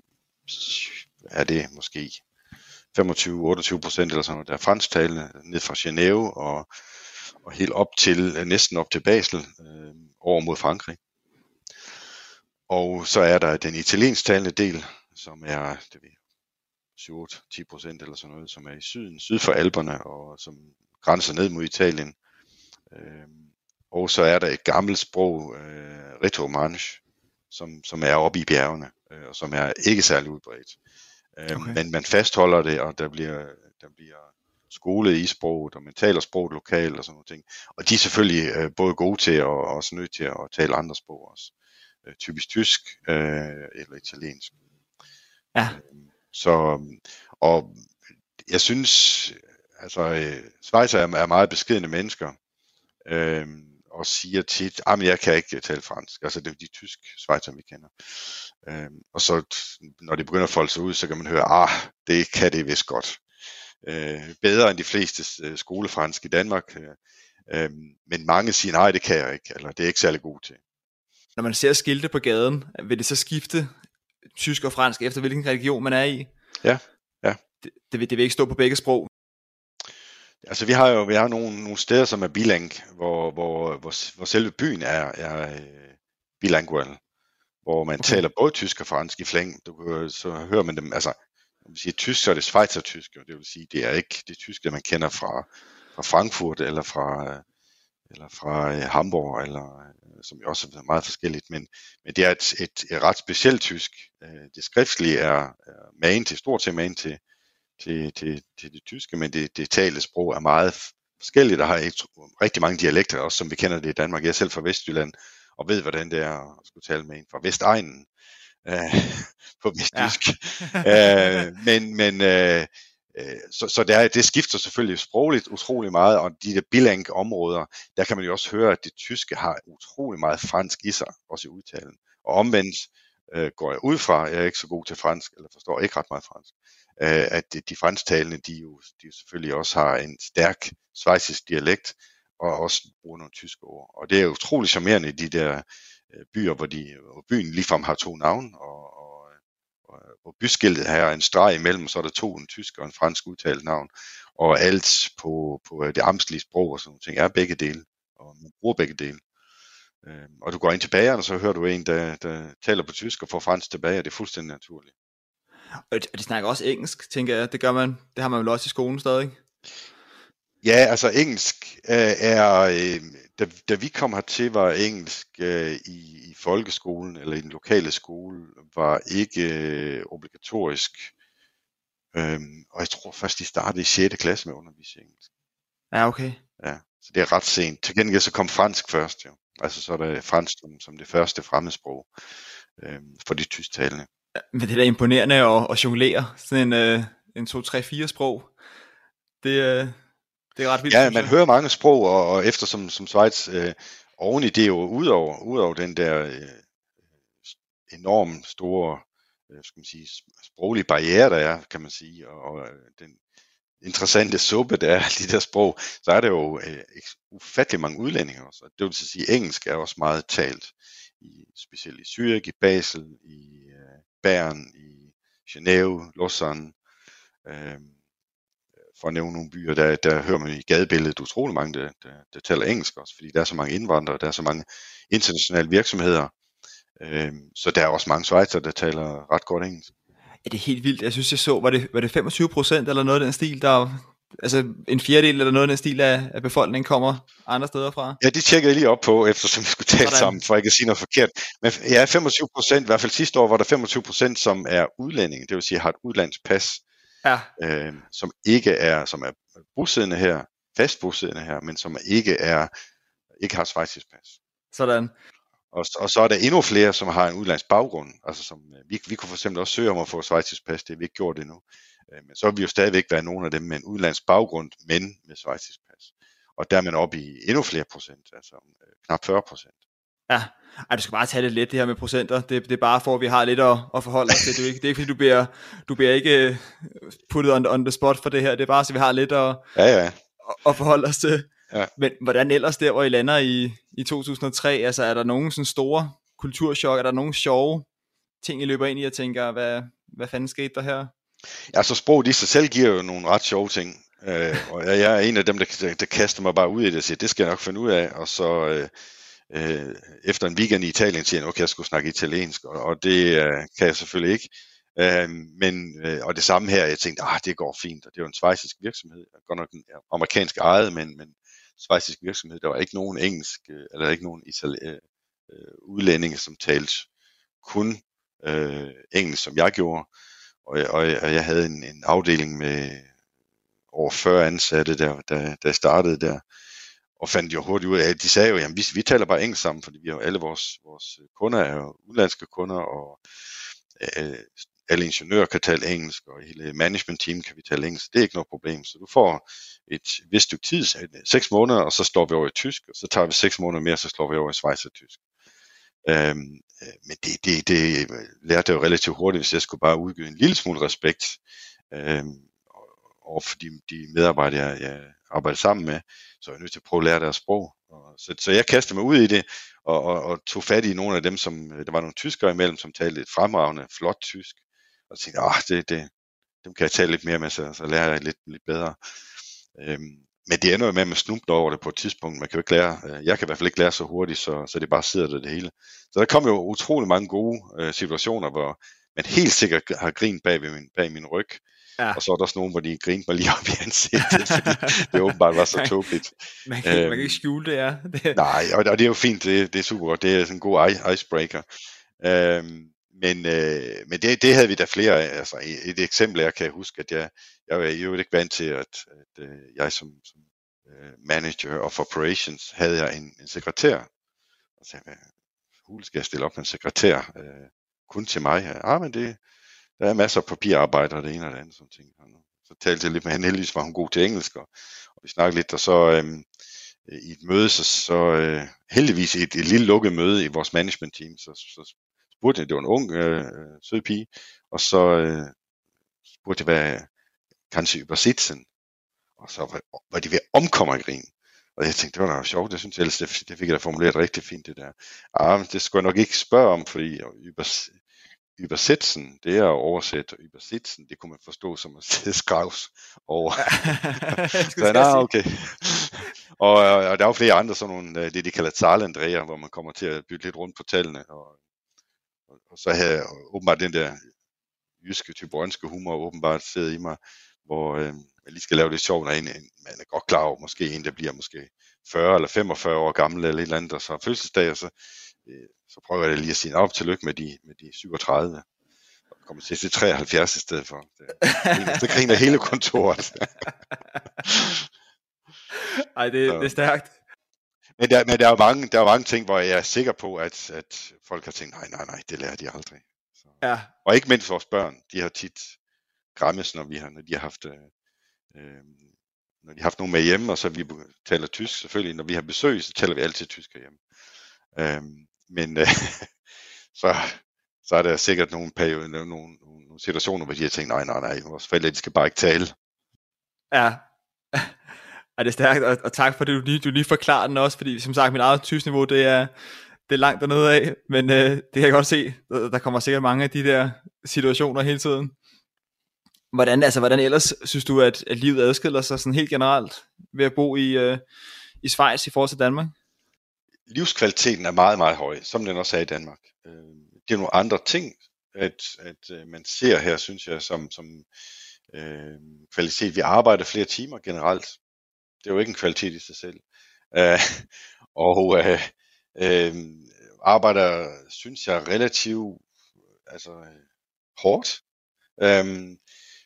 er det måske femogtyve til otteogtyve procent eller sådan noget, der er fransktalende, ned fra Genève og, og helt op til, øh, næsten op til Basel, øh, over mod Frankrig. Og så er der den italiensktalende del, som er, det ved syv til ti procent eller sådan noget, som er i syden, syd for Alperne, og som grænser ned mod Italien. Øhm, og så er der et gammelt sprog, øh, Rätoromanisch, som, som er oppe i bjergene, øh, og som er ikke særlig udbredt. Øhm, okay. Men man fastholder det, og der bliver, der bliver skole i sproget, og man taler sproget lokalt og sådan noget ting. Og de er selvfølgelig øh, både gode til, og også nødt til at tale andre sprog også. Øh, typisk tysk øh, eller italiensk. Ja. Øhm, Så, og jeg synes, altså, øh, Schweizer er, er meget beskedne mennesker, øh, og siger tit, at jeg kan ikke tale fransk, altså det er de tysk Schweizer, vi kender. Øh, og så, når de begynder at folde sig ud, så kan man høre, ah, det kan det vist godt. Øh, bedre end de fleste øh, skolefransk i Danmark, øh, øh, men mange siger, nej, det kan jeg ikke, eller det er ikke særlig god til. Når man ser skilte på gaden, vil det så skifte tysk og fransk efter hvilken region man er i? Ja, ja. Det, det, vil, det vil ikke stå på begge sprog? Altså vi har jo vi har nogle, nogle steder, som er bilang, hvor, hvor, hvor, hvor selve byen er, er bilingual, hvor man okay. taler både tysk og fransk i flæng. Du, så hører man dem, altså når man siger tysk, så er det schweizertysk, det vil sige, det er ikke det tyske, man kender fra, fra Frankfurt eller fra, eller fra Hamburg, eller, som jo også er meget forskelligt, men, men det er et, et, et ret specielt tysk. Det skriftlige er, er magen til, stort set magen til, til, til, til det tyske, men det, det talte sprog er meget forskelligt. Der har et, rigtig mange dialekter, også som vi kender det i Danmark. Jeg er selv fra Vestjylland, og ved, hvordan det er at skulle tale med en fra Vestegnen øh, på vestjysk. Ja. øh, men men øh, så, så det, er, det skifter selvfølgelig sprogligt utrolig meget, og de der bilang områder, der kan man jo også høre, at det tyske har utrolig meget fransk i sig, også i udtalen. Og omvendt øh, går jeg ud fra, jeg er ikke så god til fransk, eller forstår ikke ret meget fransk, øh, at de fransktalende, de jo, de jo selvfølgelig også har en stærk schweizisk dialekt, og også bruger nogle tyske ord. Og det er utrolig charmerende i de der øh, byer, hvor, de, hvor byen ligefrem har to navne, og, og, og hvor byskiltet her er en streg imellem, så er der to, en tysk og en fransk udtalt navn, og alt på, på det amtslige sprog og sådan nogle ting er begge dele, og man bruger begge dele. Øh, og du går ind til bageren, og så hører du en, der, der taler på tysk og får fransk tilbage, og det er fuldstændig naturligt. Og de snakker også engelsk, tænker jeg. Det gør man, det har man vel også i skolen stadig? Ja, altså engelsk øh, er, øh, da, da vi kom hertil, var engelsk øh, i, i folkeskolen eller i den lokale skole, var ikke øh, obligatorisk. Øhm, og jeg tror først, de startede i sjette klasse med undervisning engelsk. Ja, okay. Ja, så det er ret sent. Til gengæld så kom fransk først, jo. Altså så er der fransk som, som det første fremmedsprog øh, for de tysktalende. Ja, men det er da imponerende at, at jonglere sådan en, øh, en to, tre, fire sprog. Det, øh, det er ret vildt. Ja, man hører mange sprog, og, og eftersom som Schweiz øh, oven i det jo, udover, udover den der øh, enormt store øh, skal man sige, sproglige barriere, der er, kan man sige, og, og den interessante suppe, der er de der sprog, så er det jo øh, ufattelig mange udlændinge også. Det vil sige, at engelsk er også meget talt, i, specielt i Zürich, i Basel, i øh, Bern, i Genève, Lausanne, øh, for at nævne nogle byer, der, der hører man i gadebilledet utrolig mange, der, der, der taler engelsk også, fordi der er så mange indvandrere, der er så mange internationale virksomheder, øh, så der er også mange schweizer, der taler ret godt engelsk. Ja, det er helt vildt. Jeg synes, jeg så, var det, var det femogtyve procent eller noget af den stil, der, altså en fjerdedel eller noget af den stil af, af befolkningen kommer andre steder fra? Ja, det tjekkede jeg lige op på, eftersom vi skulle tale Hvordan? sammen, for ikke at sige noget forkert. Men ja, femogtyve procent, i hvert fald sidste år var der femogtyve procent, som er udlændinge, det vil sige har et udlandsk pas, ja. øh, som ikke er, som er bosiddende her, fast bosiddende her, men som ikke er, ikke har schweizisk pas. Sådan. Og, og så er der endnu flere, som har en udlandsk baggrund. Altså som, vi, vi kunne for eksempel også søge om at få schweizisk pas, det har vi ikke gjort endnu. Men så vil vi jo stadigvæk være nogle af dem med en udlandsk baggrund, men med schweizisk pas. Og der er man oppe i endnu flere procent, altså knap fyrre procent. Ja, ej, du skal bare tage det let det her med procenter. Det, det er bare for, at vi har lidt at, at forholde os til. Det er ikke, det er ikke fordi, du bliver, du bliver ikke puttet on, on the spot for det her. Det er bare, så vi har lidt at, ja, ja. at forholde os til. Ja. Men hvordan ellers der, hvor I lander i, i to tusind og tre, altså er der nogen sådan store kulturschok, er der nogen sjove ting, I løber ind i og tænker, hvad, hvad fanden skete der her? Ja, så sproget i sig selv giver jo nogle ret sjove ting, øh, og jeg er en af dem, der, der kaster mig bare ud i det og siger, det skal jeg nok finde ud af, og så øh, øh, efter en weekend i Italien siger jeg, okay, jeg skulle snakke italiensk, og, og det øh, kan jeg selvfølgelig ikke. Øh, men, øh, og det samme her, jeg tænkte, ah, det går fint, og det er jo en schweizisk virksomhed, godt nok en amerikansk ejet, men, men schweizisk virksomhed, der var ikke nogen engelsk, eller ikke nogen itali- øh, udlændinge, som talte kun øh, engelsk, som jeg gjorde, og, og, og jeg havde en, en afdeling med over fyrre ansatte, der, der, der startede der, og fandt jo hurtigt ud af, at de sagde jo, jamen vi, vi taler bare engelsk sammen, fordi vi har alle vores, vores kunder er jo udenlandske kunder, og øh, alle ingeniører kan tale engelsk, og hele management team kan vi tale engelsk, det er ikke noget problem, så du får et vist stykke tid, seks måneder, og så slår vi over i tysk, og så tager vi seks måneder mere, så slår vi over i schweizertysk. Øhm, men det, det, det lærte jeg jo relativt hurtigt, hvis jeg skulle bare udgive en lille smule respekt øhm, over for de, de medarbejdere, jeg arbejde sammen med, så er jeg nødt til at prøve at lære deres sprog. Og, så, så jeg kastede mig ud i det, og, og, og tog fat i nogle af dem, som der var nogle tyskere imellem, som talte et fremragende, flot tysk, og tænkte, ah, det, det, dem kan jeg tale lidt mere med, så, så lærer jeg lidt, lidt bedre. Øhm, men det ender jo med, at man snubler over det på et tidspunkt. Man kan jo ikke lære, jeg kan i hvert fald ikke lære så hurtigt, så, så det bare sidder der det hele. Så der kom jo utrolig mange gode øh, situationer, hvor man helt sikkert har grint bag, ved min, bag min ryg. Ja. Og så er der også nogen, hvor de grinte mig lige op i ansigtet, fordi det åbenbart var så tåbeligt. Man kan, øhm, man kan ikke skjule det, ja. Det... Nej, og, og det er jo fint, det, det er super godt. Det er sådan en god icebreaker. Øhm, men øh, men det, det havde vi da flere af. Altså, et eksempel, jeg kan huske, at jeg, jeg var jo ikke vant til, at, at uh, jeg som, som uh, manager of operations, havde jeg en, en sekretær. Og så hvad hul skal jeg stille op med en sekretær? Uh, kun til mig. Ah, men det, der er masser af papirarbejde og det ene og det andet. Sådan ting. Så talte jeg lidt med hende. Heldigvis var hun god til engelsk, og, og vi snakkede lidt. Og så øhm, i et møde, så, så øh, heldigvis et, et lille lukket møde i vores management team, så, så spurgte jeg, det var en ung øh, sød pige, og så øh, spurgte jeg, hvad kanskje übersetzen, og så var, var de ved at omkomme af grin. Og jeg tænkte, det var da sjovt, det synes jeg ellers, det, det fik jeg da formuleret rigtig fint, det der. Ah, det skulle jeg nok ikke spørge om, fordi übersetzen, det er at oversætte, og übersetzen, det kunne man forstå som at sætte skravs over. Så nej, okay. og, og der er jo flere andre, sådan nogle, det de kalder Zahlendreher, hvor man kommer til at bytte lidt rundt på tallene, og, og, og så havde jeg åbenbart den der jyske, tyborønske humor åbenbart siddet i mig, hvor øh, jeg lige skal lave det sjovt, når en, man er godt klar over, måske en, der bliver måske fyrre eller femogfyrre år gammel, eller et eller andet, der så har fødselsdag, og så, øh, så prøver jeg lige at sige, op tillykke med de, med de syvogtredive, og kommer til at sige treoghalvfjerds i stedet for. Det, det griner hele kontoret. Ej, det, det er stærkt. Men der, men der er jo mange, der er mange ting, hvor jeg er sikker på, at, at folk har tænkt, nej, nej, nej, det lærer de aldrig. Så. Ja. Og ikke mindst vores børn, de har tit græmmes, når vi har, når de har haft, øh, når de har haft nogen med hjemme, og så vi taler tysk selvfølgelig. Når vi har besøg, så taler vi altid tysk hjemme. Øh, men øh, så, så er der sikkert nogle, periode, nogle, nogle, nogle situationer, hvor de har tænkt, nej, nej, nej, vores forældre, de skal bare ikke tale. Ja. Ja, det er stærkt, og, og tak for det, du lige, du lige forklarer den også, fordi som sagt, mit eget tysk-niveau, det er, det er langt dernede af, men øh, det kan jeg godt se, der, der kommer sikkert mange af de der situationer hele tiden. Hvordan, altså, hvordan ellers synes du, at, at livet adskiller sig sådan helt generelt ved at bo i, øh, i Schweiz i forhold til Danmark? Livskvaliteten er meget, meget høj, som den også er i Danmark. Det er nogle andre ting, at, at man ser her, synes jeg, som, som øh, kvalitet. Vi arbejder flere timer generelt. Det er jo ikke en kvalitet i sig selv. Uh, og uh, uh, arbejder, synes jeg, relativt altså, hårdt. Um,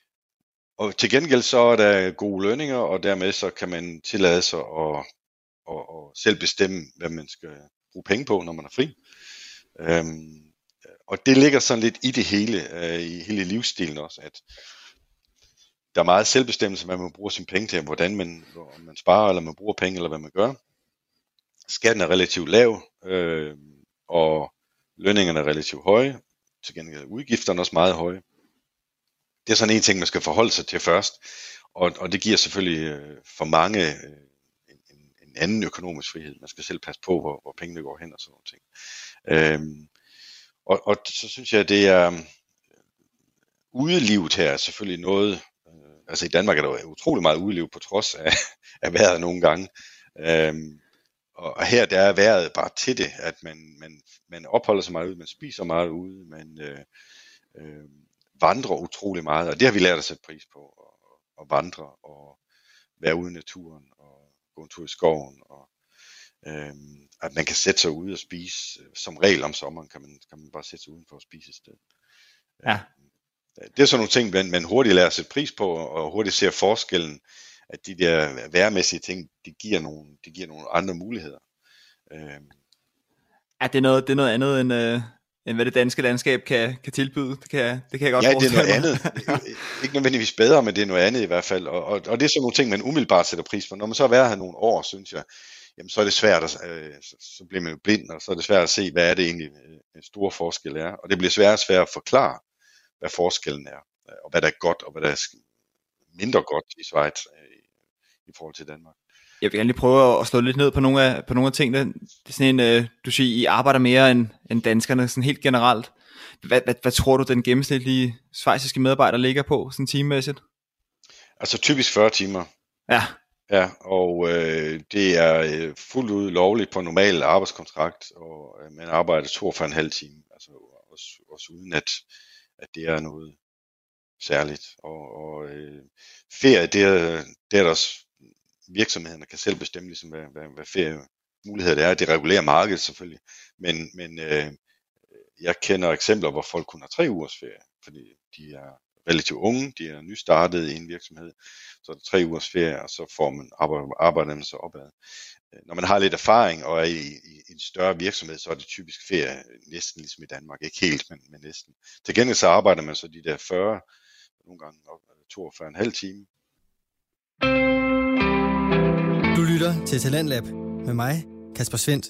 og til gengæld så er der gode lønninger, og dermed så kan man tillade sig at, at, at selv bestemme, hvad man skal bruge penge på, når man er fri. Um, og det ligger sådan lidt i det hele, uh, i hele livsstilen også, at der er meget selvbestemmelse, hvad man bruger sine penge til, hvordan man, om man sparer, eller man bruger penge, eller hvad man gør. Skatten er relativt lav, øh, og lønningerne er relativt høje. Til gengæld er udgifterne også meget høje. Det er sådan en ting, man skal forholde sig til først, og, og det giver selvfølgelig øh, for mange øh, en, en anden økonomisk frihed. Man skal selv passe på, hvor, hvor pengene går hen og sådan nogle ting. Øh, og, og så synes jeg, det er udelivet her er selvfølgelig noget. Altså i Danmark er der jo utrolig meget udeliv på trods af, af vejret nogle gange. Øhm, og her der er vejret bare til det, at man, man, man opholder sig meget ude, man spiser meget ude, man øh, øh, vandrer utrolig meget, og det har vi lært at sætte pris på, at, at vandre og være ude i naturen og gå en tur i skoven, og øh, at man kan sætte sig ude og spise. Som regel om sommeren kan man, kan man bare sætte sig udenfor og spise et sted. Ja. Det er sådan nogle ting, man, man hurtigt lærer at sætte pris på, og hurtigt ser forskellen, at de der vejrmæssige ting, de giver nogle, de giver nogle andre muligheder. Øhm. Ja, det er noget, det er noget andet, end, øh, end hvad det danske landskab kan, kan tilbyde. Det kan, det kan jeg godt ja, forestille mig. Ja, det er noget andet. Ikke nødvendigvis bedre, men det er noget andet i hvert fald. Og, og, og det er sådan nogle ting, man umiddelbart sætter pris på. Når man så har været her nogle år, synes jeg, jamen så er det svært, at, øh, så, så bliver man jo blind, og så er det svært at se, hvad er det egentlig en stor forskel er. Og det bliver svært og svært at forklare, hvad forskellen er, og hvad der er godt, og hvad der er mindre godt i Schweiz, i forhold til Danmark. Jeg vil gerne lige prøve at slå lidt ned på nogle af, på nogle af tingene. Det er sådan en, øh, du siger, I arbejder mere end, end danskerne, sådan helt generelt. Hvad, hvad, hvad tror du, den gennemsnitlige schweiziske medarbejder ligger på, sådan timemæssigt? Altså typisk fyrre timer. Ja. Ja, og øh, det er øh, fuldt ud lovligt på normal arbejdskontrakt, og øh, man arbejder toogfyrre komma fem timer, altså også, også uden at, at det er noget særligt. Og, og øh, ferie, det er, det er der også, virksomhederne kan selv bestemme, ligesom, hvad, hvad, hvad feriemuligheder det er. Det regulerer markedet selvfølgelig, men, men øh, jeg kender eksempler, hvor folk kun har tre ugers ferie, fordi de er relativt unge, de er nystartet i en virksomhed, så er det tre ugers ferie, og så får man arbejder, arbejder man sig opad. Når man har lidt erfaring og er i, i en større virksomhed, så er det typisk ferie næsten ligesom i Danmark. Ikke helt, men, men næsten. Til gengæld så arbejder man så de der fyrre, nogle gange toogfyrre komma fem timer. Du lytter til Talentlab med mig, Kasper Svendt.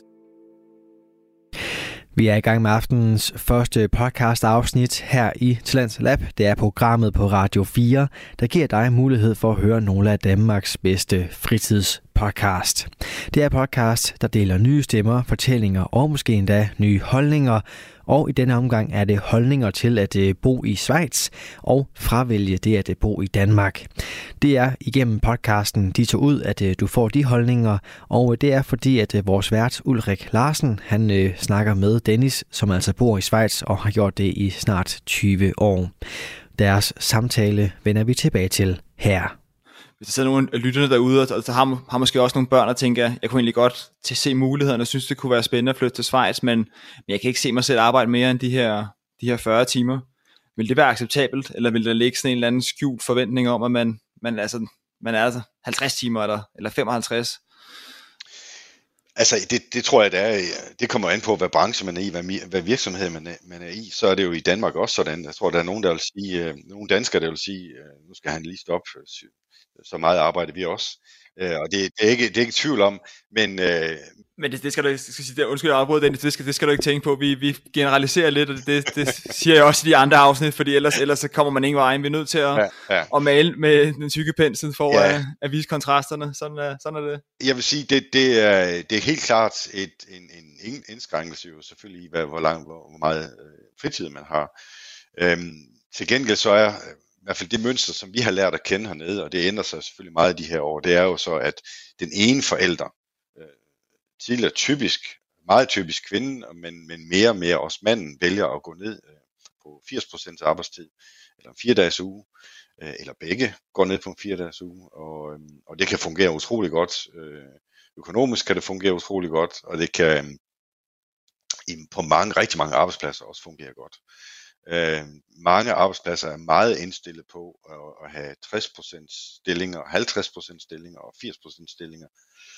Vi er i gang med aftenens første podcast afsnit her i Talentlab. Det er programmet på Radio fire, der giver dig mulighed for at høre nogle af Danmarks bedste fritidspodcast. Det er podcast, der deler nye stemmer, fortællinger og måske endda nye holdninger. Og i denne omgang er det holdninger til at bo i Schweiz og fravælge det at bo i Danmark. Det er igennem podcasten De To Ud, at du får de holdninger, og det er fordi, at vores vært Ulrik Larsen, han øh, snakker med Dennis, som altså bor i Schweiz og har gjort det i snart tyve år. Deres samtale vender vi tilbage til her. Hvis der sidder nogle lytterne derude, og så har, har måske også nogle børn, og tænker, jeg kunne egentlig godt til at se mulighederne, og synes, det kunne være spændende at flytte til Schweiz, men, men jeg kan ikke se mig selv arbejde mere end de her, de her fyrre timer. Vil det være acceptabelt, eller vil der ligge sådan en eller anden skjult forventning om, at man, man, altså, man er altså halvtreds timer, eller, eller femoghalvtreds? Altså det, det tror jeg, det er. Det kommer an på, hvad branche man er i, hvad, hvad virksomhed man er, man er i. Så er det jo i Danmark også sådan. Jeg tror, der er nogen, der vil sige, nogle danskere, der vil sige, nu skal han lige stoppe. Så meget arbejder vi også. Og det, det, er ikke, det er ikke tvivl om, men... Men det, det skal du ikke, skal sige, det, undskyld, jeg afbryder den, det skal, det skal du ikke tænke på. Vi, vi generaliserer lidt, og det, det siger jeg også i de andre afsnit, fordi ellers, ellers så kommer man ingen vej. Vi er nødt til at, ja, ja. at male med den tykke pensel for ja. at, at vise kontrasterne. Sådan er, sådan er det. Jeg vil sige, det, det, er, det er helt klart et, en, en indskrænkelse jo selvfølgelig i, hvor, lang, hvor, hvor meget øh, fritid man har. Øhm, til gengæld så er i hvert fald det mønster, som vi har lært at kende hernede, og det ændrer sig selvfølgelig meget de her år, det er jo så, at den ene forælder, øh, tidligere typisk, meget typisk kvinden, men, men mere og mere også manden, vælger at gå ned øh, på firs procent arbejdstid, eller en fire dages uge, øh, eller begge går ned på en fire dages uge, og, øh, og det kan fungere utrolig godt. Øh, økonomisk kan det fungere utrolig godt, og det kan øh, på mange, rigtig mange arbejdspladser også fungere godt. Øh, mange arbejdspladser er meget indstillet på at, at have tres procent stillinger, halvtreds procent stillinger og firs procent stillinger.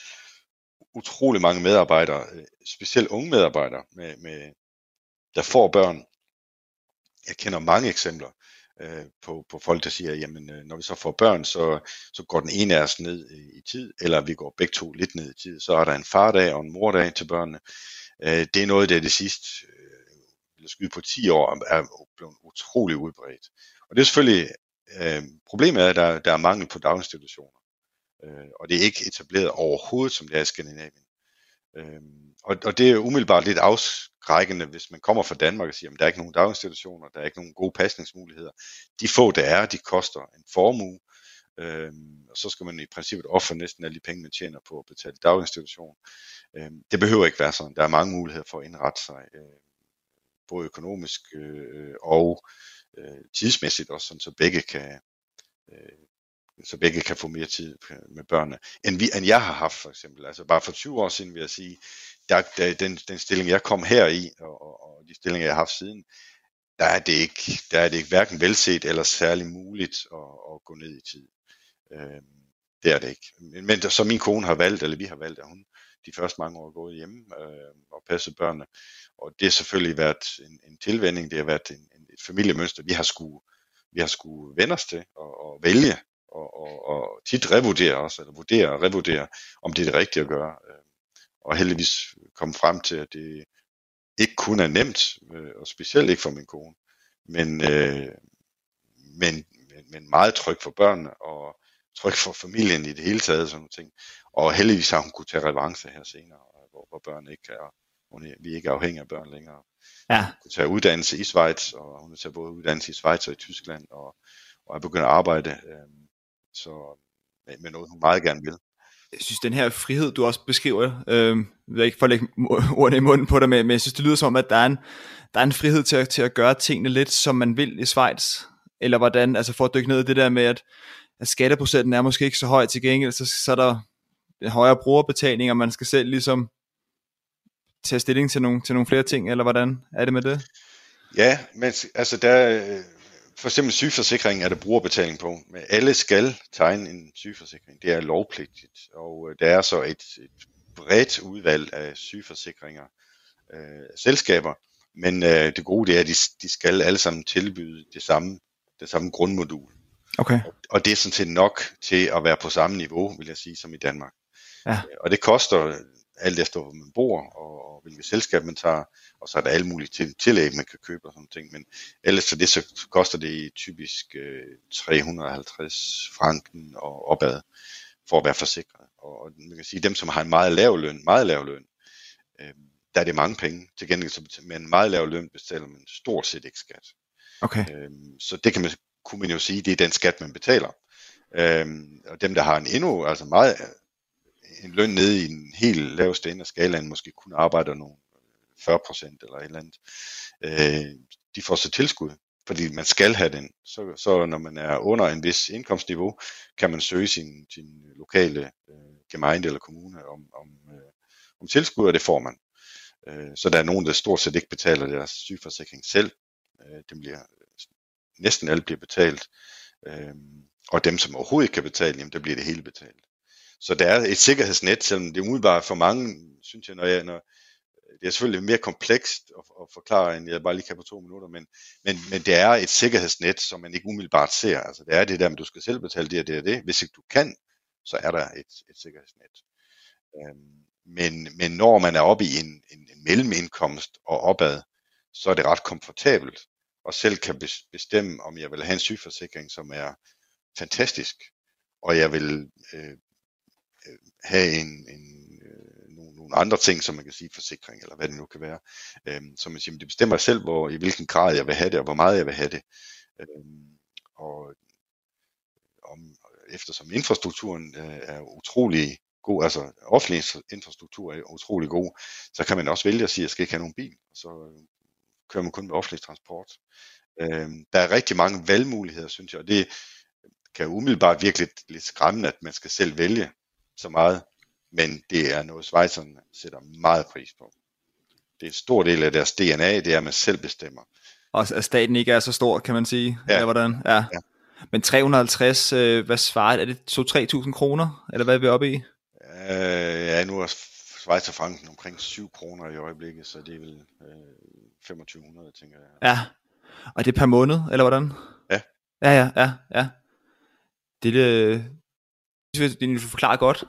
Utrolig mange medarbejdere, specielt unge medarbejdere, med, med, der får børn. Jeg kender mange eksempler øh, på, på folk, der siger, jamen når vi så får børn, så, så går den ene af os ned i, i tid, eller vi går begge to lidt ned i tid. Så er der en fardag og en mordag til børnene. Øh, det er noget, der er det sidste eller skyde på ti år, er blevet utrolig udbredt. Og det er selvfølgelig, øh, problemet er, at der, der er mangel på daginstitutioner. Øh, og det er ikke etableret overhovedet, som det er i Skandinavien. Øh, og, og det er umiddelbart lidt afskrækkende, hvis man kommer fra Danmark og siger, at der er ikke nogen daginstitutioner, der er ikke nogen gode pasningsmuligheder. De få, der er, de koster en formue. Øh, og så skal man i princippet ofre næsten alle de penge, man tjener på at betale daginstitution. Øh, det behøver ikke være sådan. Der er mange muligheder for at indrette sig. Øh, både økonomisk øh, og øh, tidsmæssigt også, sådan, så begge kan øh, så begge kan få mere tid med børnene, end, vi, end jeg har haft for eksempel. Altså bare for tyve år siden vil jeg sige, der, der, den, den stilling jeg kom her i, og, og, og de stillinger jeg har haft siden, der er det ikke, der er det ikke hverken velset eller særlig muligt at, at gå ned i tid. Øh, det er det ikke. Men, men så min kone har valgt, eller vi har valgt, at hun de første mange år gået hjemme øh, og passet børnene. Og det har selvfølgelig været en, en tilvænning, det har været en, en, et familiemønster, vi har skulle, vi har skulle vende os til og, og vælge, og, og, og tit revurdere også, eller vurdere og revurdere, om det er det rigtige at gøre. Øh, og heldigvis komme frem til, at det ikke kun er nemt, øh, og specielt ikke for min kone, men, øh, men, men, men meget trygt for børnene, og tryg for familien i det hele taget, sådan nogle ting. Og heldigvis har hun kunne tage revanche her senere, hvor, hvor børn ikke er, hun er, vi ikke er afhængige af børn længere. Ja. Hun kunne tage uddannelse i Schweiz, og hun har taget både uddannelse i Schweiz og i Tyskland, og, og er begyndt at arbejde, øh, så med, med noget, hun meget gerne vil. Jeg synes, den her frihed, du også beskriver, øh, jeg ved ikke for at lægge ordene i munden på dig, men jeg synes, det lyder som, at der er en, der er en frihed til at, til at gøre tingene lidt, som man vil i Schweiz, eller hvordan, altså for at dykke ned i det der med, at, at skatteprocenten er måske ikke så høj, til gengæld, så, så er der en højere brugerbetaling, og man skal selv ligesom tage stilling til nogle, til nogle flere ting, eller hvordan er det med det? Ja, men altså der, for eksempel sygeforsikring er der brugerbetaling på, men alle skal tegne en sygeforsikring, det er lovpligtigt, og der er så et, et bredt udvalg af sygeforsikringer, øh, selskaber, men øh, det gode det er, at de, de skal alle sammen tilbyde det samme, det samme grundmodul. Okay. Og, og det er sådan set nok til at være på samme niveau, vil jeg sige, som i Danmark. Ja. Og det koster alt efter, hvor man bor, og, og hvilket selskab man tager, og så er der alle mulige til, tillæg, man kan købe og sådan ting, men ellers for det, så koster det typisk øh, tre hundrede og halvtreds franken og opad, for at være forsikret. Og, og man kan sige, dem, som har en meget lav løn, meget lav løn, øh, der er det mange penge. Til gengæld, så med en meget lav løn betaler man stort set ikke skat. Okay. Øh, så det kan man, kunne man jo sige, det er den skat, man betaler. Øh, og dem, der har en endnu, altså meget, en løn nede i den helt laveste ende af skalaen, måske kun arbejder nogle fyrre procent eller et eller andet, øh, de får så tilskud, fordi man skal have den. Så, så når man er under en vis indkomstniveau, kan man søge sin, sin lokale øh, gemeinde eller kommune om, om, øh, om tilskud, og det får man. Øh, så der er nogen, der stort set ikke betaler deres sygeforsikring selv. Øh, dem bliver, næsten alt bliver betalt. Øh, og dem, som overhovedet ikke kan betale, jamen, der bliver det hele betalt. Så der er et sikkerhedsnet, selvom det er umiddelbart for mange, synes jeg, når jeg, når, det er selvfølgelig mere komplekst at, at forklare, end jeg bare lige kan på to minutter, men, men, men det er et sikkerhedsnet, som man ikke umiddelbart ser. Altså det er det der, at du skal selv betale det og det og det. Hvis ikke du kan, så er der et, et sikkerhedsnet. Øhm, men, men når man er oppe i en, en, en mellemindkomst og opad, så er det ret komfortabelt, og selv kan bestemme, om jeg vil have en sygeforsikring, som er fantastisk, og jeg vil øh, have en, en, øh, nogle, nogle andre ting, som man kan sige forsikring, eller hvad det nu kan være. Øhm, så man siger, det bestemmer selv, hvor, i hvilken grad jeg vil have det, og hvor meget jeg vil have det. Øhm, og om, eftersom infrastrukturen øh, er utrolig god, altså offentlig infrastruktur er utrolig god, så kan man også vælge at sige, at jeg skal ikke have nogen bil, og så øh, kører man kun med offentlig transport. Øhm, der er rigtig mange valgmuligheder, synes jeg, og det kan umiddelbart virke lidt, lidt skræmmende, at man skal selv vælge så meget, men det er noget, schweizerne sætter meget pris på. Det er en stor del af deres D N A, det er, at man selv bestemmer. Og at staten ikke er så stor, kan man sige. Ja. Eller hvordan? Ja. Ja. Men tre hundrede og halvtreds, øh, hvad svarer det? Er det to til tre tusind kroner? Eller hvad er vi oppe i? Øh, ja, nu er schweizerfranken omkring syv kroner i øjeblikket, så det er vel øh, femogtyve hundrede, tænker jeg. Ja, og det er per måned, eller hvordan? Ja. Ja, ja, ja, ja. Det er det, det, det forklarer godt.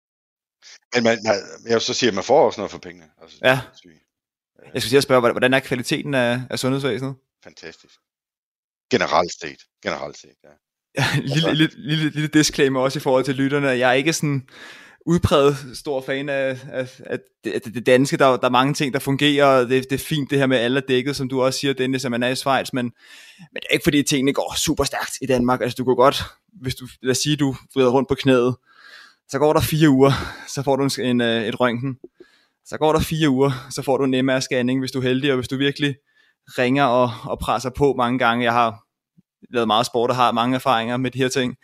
Men man, jeg vil så sige, at man får også noget for pengene. Altså, ja. Det er jeg skulle sige at spørge, hvordan er kvaliteten af, af sundhedsvæsenet? Fantastisk. Generelt set. Generelt set, ja. Ja, lille, lille, lille, lille disclaimer også i forhold til lytterne. Jeg er ikke sådan udpræget stor fan af, af, af, det, af det danske. Der, der er mange ting, der fungerer. Det, det er fint det her med alle er dækket, som du også siger, Dennis, at man er i Schweiz, men, men det er ikke fordi tingene går super stærkt i Danmark. Altså du kan godt, hvis du, lad os sige, du vrider rundt på knæet, så går der fire uger, så får du en, et røntgen. Så går der fire uger, så får du en M R-scanning, hvis du er heldig, og hvis du virkelig ringer og, og presser på mange gange. Jeg har lavet meget sport og har mange erfaringer med de her ting.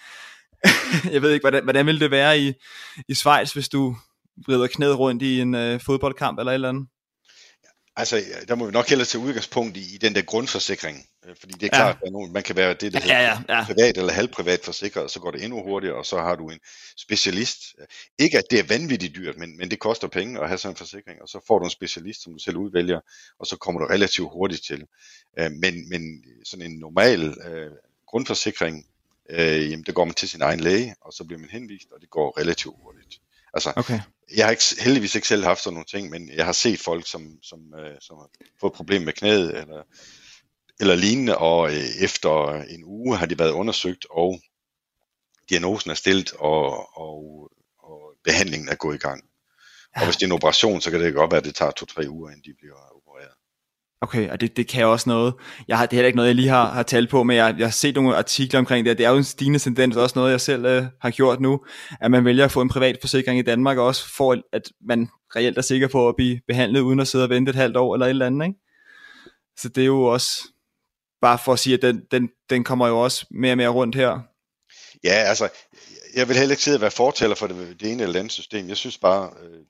Jeg ved ikke, hvordan, hvordan ville det være i, i Schweiz, hvis du vrider knæet rundt i en øh, fodboldkamp eller et eller andet? Altså, der må vi nok hellere tage udgangspunkt i, i den der grundforsikring. Fordi det er klart, ja. At nogen, man kan være det, der ja, ja, ja. privat eller halvprivat forsikret, og så går det endnu hurtigere, og så har du en specialist. Ikke at det er vanvittigt dyrt, men, men det koster penge at have sådan en forsikring, og så får du en specialist, som du selv udvælger, og så kommer du relativt hurtigt til. Men, men sådan en normal øh, grundforsikring, øh, jamen, der går man til sin egen læge, og så bliver man henvist, og det går relativt hurtigt. Altså, okay. Jeg har ikke, heldigvis ikke selv haft sådan nogle ting, men jeg har set folk, som, som, øh, som har fået problemer med knæet, eller, eller lignende, og øh, efter en uge har de været undersøgt, og diagnosen er stillet, og, og, og behandlingen er gået i gang. Og hvis det er en operation, så kan det godt være, at det tager to-tre uger, inden de bliver opereret. Okay, og det, det kan også noget. Jeg har, det er heller ikke noget, jeg lige har, har talt på, men jeg, jeg har set nogle artikler omkring det, det er jo en stigende tendens, også noget, jeg selv øh, har gjort nu, at man vælger at få en privat forsikring i Danmark, også for at man reelt er sikker på at blive behandlet, uden at sidde og vente et halvt år eller et eller andet, ikke? Så det er jo også, bare for at sige, at den, den, den kommer jo også mere og mere rundt her. Ja, altså, jeg vil heller ikke sidde og være fortæller for det, det ene eller andet system. Jeg synes bare, øh,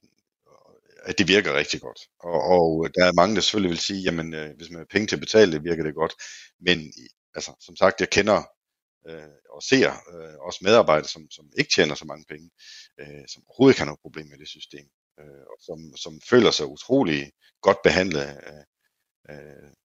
at det virker rigtig godt. Og, og der er mange, der selvfølgelig vil sige, jamen, øh, hvis man har penge til at betale det, virker det godt. Men altså, som sagt, jeg kender øh, og ser øh, også medarbejdere, som, som ikke tjener så mange penge, øh, som overhovedet ikke har noget problem med det system, øh, og som, som føler sig utrolig godt behandlet af, af,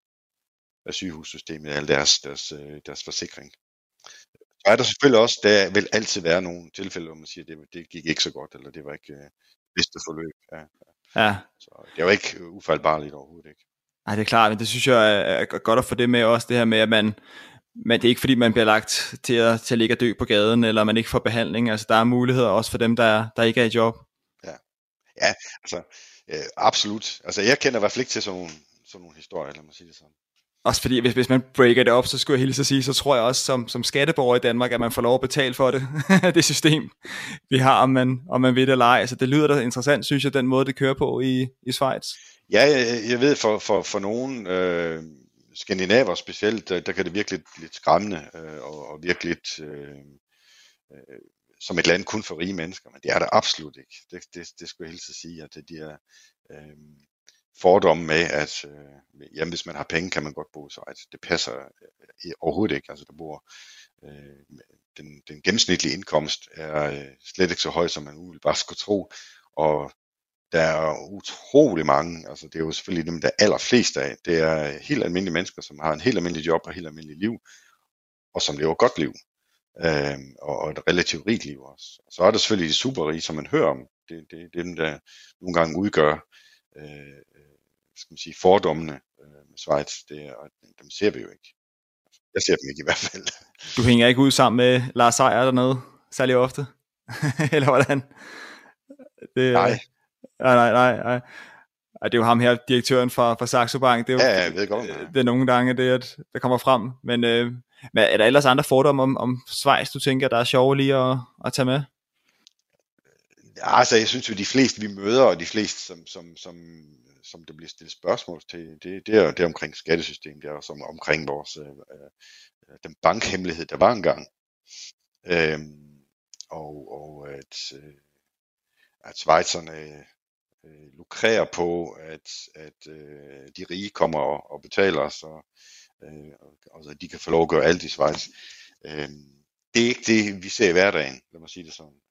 af sygehussystemet, af deres, deres, deres forsikring. Så er der selvfølgelig også, der vil altid være nogle tilfælde, hvor man siger, det, det gik ikke så godt, eller det var ikke øh, bedste forløb. Ja. Ja. Så det er jo ikke ufejlbarligt overhovedet ikke. Nej, det er klart, men det synes jeg er godt at få det med også, det her med, at man, men det er ikke fordi, man bliver lagt til at, til at ligge og dø på gaden, eller man ikke får behandling. Altså, der er muligheder også for dem, der, der ikke er i job. Ja, ja altså, øh, absolut. Altså, jeg kender i hvert fald ikke til sådan nogle, sådan nogle historier, lad mig sige det sådan. Også fordi, hvis, hvis man breaker det op, så skulle jeg helt så sige, så tror jeg også som, som skatteborger i Danmark, at man får lov at betale for det, det system, vi har, om man, om man ved det eller ej. Så det lyder da interessant, synes jeg, den måde, det kører på i, i Schweiz. Ja, jeg, jeg ved, for, for, for nogle øh, skandinaver specielt, der, der kan det virke lidt, lidt skræmmende, øh, og, og virke lidt øh, øh, som et land kun for rige mennesker, men det er det absolut ikke. Det, det, det skulle jeg helt så sige, at de er øh, fordomme med, at øh, jamen, hvis man har penge, kan man godt bo i Schweiz. Det passer øh, overhovedet ikke. Altså, der bor øh, den, den gennemsnitlige indkomst er øh, slet ikke så høj, som man umiddelbart skulle tro, og der er utrolig mange, altså det er jo selvfølgelig dem, der er allerflest af, det er helt almindelige mennesker, som har en helt almindelig job og helt almindelig liv, og som lever et godt liv, øh, og, og et relativt rigt liv også. Og så er der selvfølgelig de superrige, som man hører om, det, det, det er dem, der nogle gange udgør øh, skal man sige, fordommene øh, med Schweiz, det er, dem ser vi jo ikke. Jeg ser dem ikke i hvert fald. Du hænger ikke ud sammen med Lars Seier dernede, særlig ofte? Eller hvordan? Det, nej. Nej, nej, nej, nej. Det er jo ham her, direktøren fra, fra Saxo Bank. Det er jo, ja, jeg ved godt. Ja. Det er nogle gange det, at der kommer frem. Men, øh, men er der ellers andre fordomme om, om Schweiz, du tænker, der er sjove lige at, at tage med? Ja, altså, jeg synes jo, de fleste vi møder, og de fleste, som, som, som, som der bliver stillet spørgsmål til, det, det, er, det er omkring skattesystemet, det er også omkring vores øh, den bankhemmelighed, der var engang. Øh, og, og at, øh, at Schweizerne øh, lukrerer på, at, at øh, de rige kommer og, og betaler os, og øh, altså, de kan få lov at gøre alt i Schweiz. Øh, det er ikke det, vi ser i hverdagen, lad mig sige det sådan.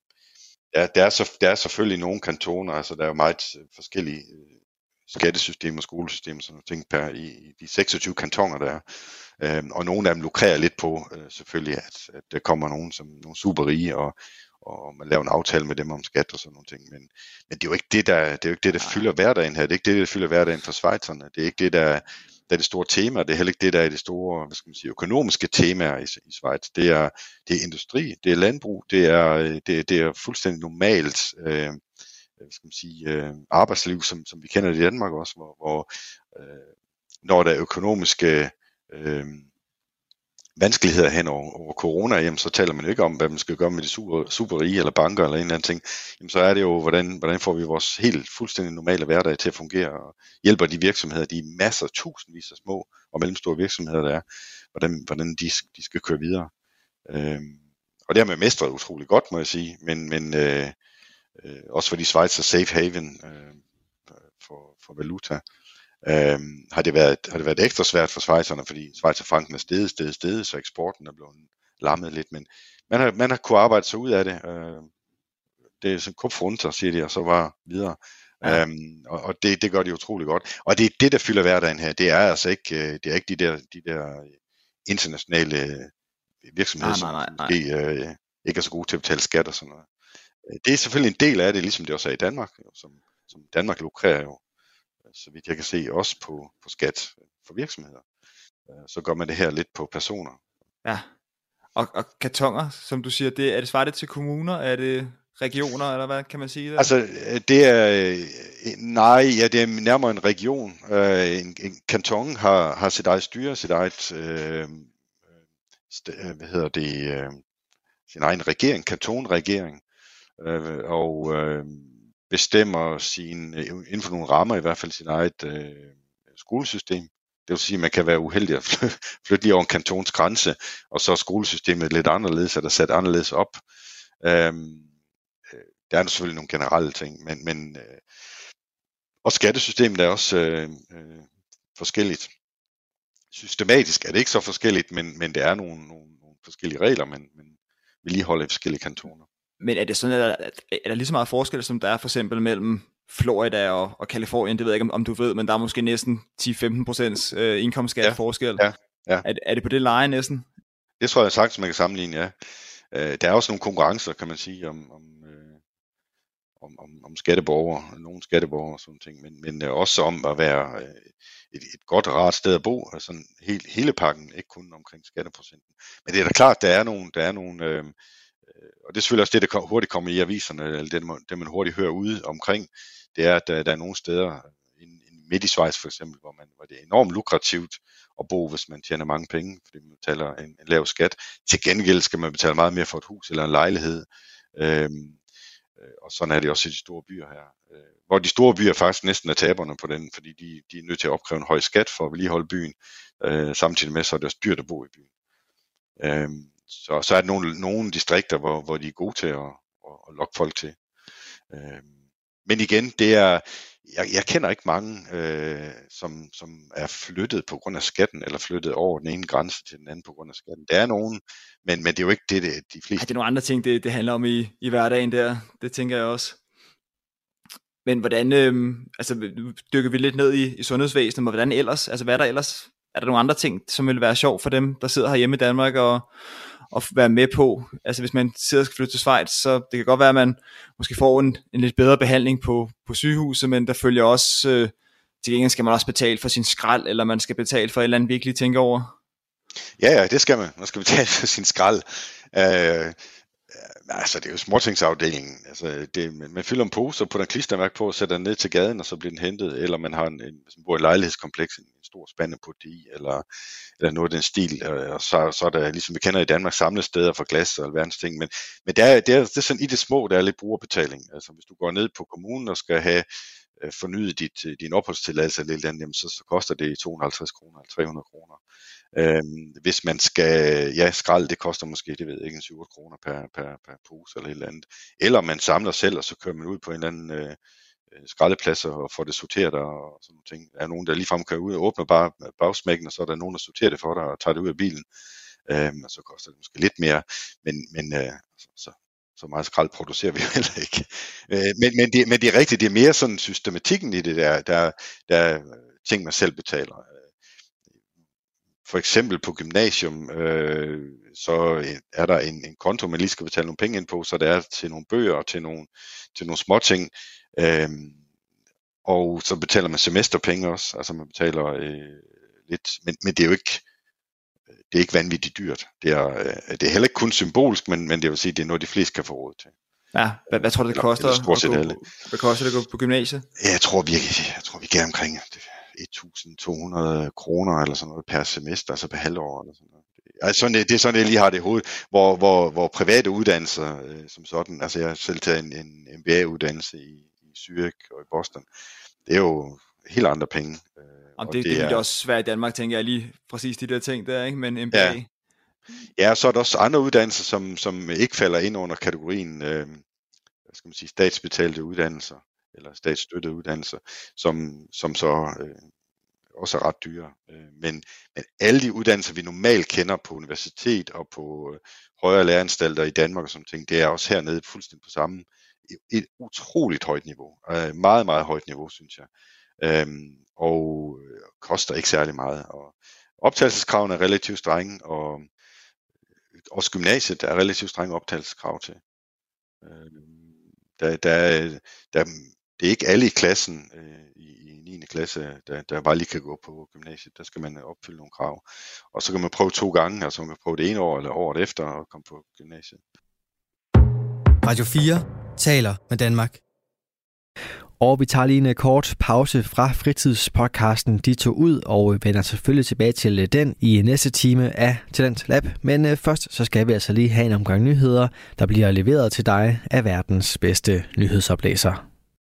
Ja, der er, så, der er selvfølgelig nogle kantoner, altså der er jo meget forskellige øh, skattesystemer og skolesystemer, sådan noget ting per i, i de seksogtyve kantoner der er. Øhm, og nogle af dem lukrerer lidt på øh, selvfølgelig, at, at der kommer nogen som nogle superrige, og, og man laver en aftale med dem om skat og sådan nogle ting. Men, men det er jo ikke det, der, det er jo ikke det, der fylder hverdagen her. Det er ikke det, der fylder hverdagen for schweizerne. Det er ikke det, der, der er det store tema. Det er heller ikke det, der er det store, hvad skal man sige, økonomiske temaer i, i Schweiz. Det er, det er industri, det er landbrug, det er, det, det er fuldstændig normalt øh, hvad skal man sige, øh, arbejdsliv, som, som vi kender det i Danmark også, hvor, hvor øh, når der er økonomiske øh, vanskeligheder hen over, over corona, jamen, så taler man jo ikke om, hvad man skal gøre med de super, superrige eller banker eller en eller anden ting. Jamen, så er det jo, hvordan, hvordan får vi vores helt fuldstændig normale hverdag til at fungere, og hjælper de virksomheder, de masser, tusindvis af små og mellemstore virksomheder, der er, hvordan, hvordan de, de skal køre videre. Øhm, og det har man mestret utrolig godt, må jeg sige, men, men øh, øh, også fordi Schweiz er safe haven øh, for, for valuta. Øhm, har, det været, har det været ekstra svært for schweizerne, fordi schweizerfranken er steget, steget, steget, så eksporten er blevet lammet lidt, men man har, man har kunnet arbejde sig ud af det. Øh, det er sådan kup rundt, siger de, og så bare videre. Ja. Øhm, og og det, det gør de utrolig godt. Og det er det, der fylder hverdagen her. Det er altså ikke, det er ikke de der, de der internationale virksomheder, nej, nej, nej, nej. som øh, ikke er så gode til at betale skat og sådan noget. Det er selvfølgelig en del af det, ligesom det også er i Danmark, jo, som, som Danmark lukrerer jo, så vidt jeg kan se, også på, på skat for virksomheder. Så gør man det her lidt på personer. Ja, Og, og kartoner, som du siger, det, er det svaret til kommuner? Er det regioner, eller hvad kan man sige der? Altså, det er, øh, nej, ja, det er nærmere en region. Øh, en, en kanton har, har sit eget styre, sit eget, øh, st- hvad hedder det, øh, sin egen regering, kantonregering, øh, og øh, bestemmer sin, inden for nogle rammer i hvert fald, sin eget øh, skolesystem. Det vil sige, at man kan være uheldig at flytte lige over en kantons grænse, og så er skolesystemet lidt anderledes, eller sat anderledes op. Øhm, der er selvfølgelig nogle generelle ting, men, men øh, og skattesystemet er også øh, øh, forskelligt. Systematisk er det ikke så forskelligt, men, men det er nogle, nogle, nogle forskellige regler, man, man vil lige holde i forskellige kantoner. Men er det sådan, at der, er der lige så meget forskel, som der er for eksempel mellem Florida og, og Kalifornien? Det ved jeg ikke, om du ved, men der er måske næsten ti til femten procent øh, indkomstskat ja, forskel. Ja, ja. Er, er det på det leje næsten? Det tror jeg sagtens, man kan sammenligne, ja. Øh, der er også nogle konkurrencer, kan man sige, om, om, øh, om, om, om skatteborgere, nogle skatteborgere og sådan ting, men, men også om at være øh, et, et godt og rart sted at bo, altså helt, hele pakken, ikke kun omkring skatteprocenten. Men det er da klart, der er nogle, der er nogle øh, og det er selvfølgelig også det, der hurtigt kommer i aviserne, eller det, man, det man hurtigt hører ude omkring, det er, at der, der er nogle steder, midt i Schweiz for eksempel, hvor, man, hvor det er enormt lukrativt at bo, hvis man tjener mange penge, fordi man betaler en, en lav skat. Til gengæld skal man betale meget mere for et hus eller en lejlighed. Øhm, og sådan er det også i de store byer her. Øh, hvor de store byer faktisk næsten er taberne på den, fordi de, de er nødt til at opkræve en høj skat for at vedligeholde byen, øh, samtidig med, så er det også dyrt at bo i byen. Øhm, så, så er der nogle, nogle distrikter, hvor, hvor de er gode til at, at, at lokke folk til. Øhm, men igen, det er Jeg, jeg kender ikke mange, øh, som, som er flyttet på grund af skatten, eller flyttet over den ene grænse til den anden på grund af skatten. Der er nogen, men, men det er jo ikke det, det de fleste... Ej, det er nogle andre ting, det, det handler om i, i hverdagen der. Det tænker jeg også. Men hvordan, øh, altså nu dykker vi lidt ned i, i sundhedsvæsenet, men hvordan ellers, altså hvad er der ellers? Er der nogle andre ting, som vil være sjov for dem, der sidder herhjemme i Danmark og, og være med på? Altså hvis man sidder og skal flytte til Schweiz, så det kan godt være, at man måske får en, en lidt bedre behandling på, på sygehuset, men der følger også, øh, til gengæld skal man også betale for sin skrald, eller man skal betale for et eller andet virkelig tænke over. Ja, ja, det skal man. Man skal betale for sin skrald. Øh, altså det er jo småtingsafdelingen. Altså, det, man fylder en pose og putter en klistermærke på og sætter den ned til gaden, og så bliver den hentet. Eller man har en, en hvis man bor i et lejlighedskompleks, en stor spande på det i, eller, eller noget af den stil. Og så, så er der, ligesom vi kender i Danmark, samlet steder for glas og alverdens ting. Men, men det, er, det, er, det er sådan i det små, der er lidt brugerbetaling. Altså hvis du går ned på kommunen og skal have øh, fornyet dit, din opholdstilladelse eller lidt andet, jamen, så, så koster det to hundrede og halvtreds kroner eller tre hundrede kroner. Øhm, hvis man skal, ja, skrald, det koster måske, det ved jeg ikke, syv kroner per, per, per pose eller et eller andet. Eller man samler selv, og så kører man ud på en eller anden øh, skraldeplads og får det sorteret og sådan nogle ting. Der er nogen, der ligefrem kører ud og åbner bare bagsmækken, og så er der nogen, der sorterer det for dig og tager det ud af bilen. Øhm, og så koster det måske lidt mere, men, men øh, så, så, så meget skrald producerer vi jo heller ikke. Øh, men, men, det, men det er rigtigt, det er mere sådan systematikken i det der, der, der er ting, man selv betaler. For eksempel på gymnasium, øh, så er der en, en konto, man lige skal betale nogle penge ind på, så der er til nogle bøger og til nogle, til nogle småting. Øh, og så betaler man semesterpenge også, altså man betaler øh, lidt, men, men det er jo ikke, det er ikke vanvittigt dyrt. Det er, øh, det er heller ikke kun symbolsk, men, men det vil sige, det er noget, de fleste kan få råd til. Ja, hvad, hvad tror du, det koster, eller, eller at gå, hvad koster det at gå på gymnasiet? Jeg tror virkelig, jeg tror vi gav omkring et tusind to hundrede kroner eller sådan noget per semester, altså per halvår eller sådan noget. Altså sådan, det er sådan, jeg lige har det i hovedet, hvor, hvor, hvor private uddannelser øh, som sådan, altså jeg har selv taget en, en M B A-uddannelse i, i Zürich og i Boston, det er jo helt andre penge. Øh, og og det, det, det er er også svært i Danmark, tænker jeg lige præcis de der ting der, ikke? Men M B A. Ja, ja, så er der også andre uddannelser, som, som ikke falder ind under kategorien, øh, hvad skal man sige, statsbetalte uddannelser, eller statsstøttede uddannelser, som, som så øh, også er ret dyre. Øh, men, men alle de uddannelser, vi normalt kender på universitet og på øh, højere læreanstalter i Danmark og sådan ting, det er også hernede fuldstændig på samme, et utroligt højt niveau. Øh, meget, meget højt niveau, synes jeg. Øh, og øh, koster ikke særlig meget. Og optagelseskravene er relativt strenge, og også gymnasiet er relativt strenge optagelseskrav til. Øh, der, der, der det er ikke alle i klassen øh, i, i niende klasse, der, der bare lige kan gå på gymnasiet. Der skal man opfylde nogle krav. Og så kan man prøve to gange, altså man kan prøve det ene år eller året efter og komme på gymnasiet. Radio fire taler med Danmark. Og vi tager lige en kort pause fra fritidspodcasten De to ud, og vender selvfølgelig tilbage til den i næste time af Talent Lab. Men først så skal vi altså lige have en omgang nyheder, der bliver leveret til dig af verdens bedste nyhedsoplæser.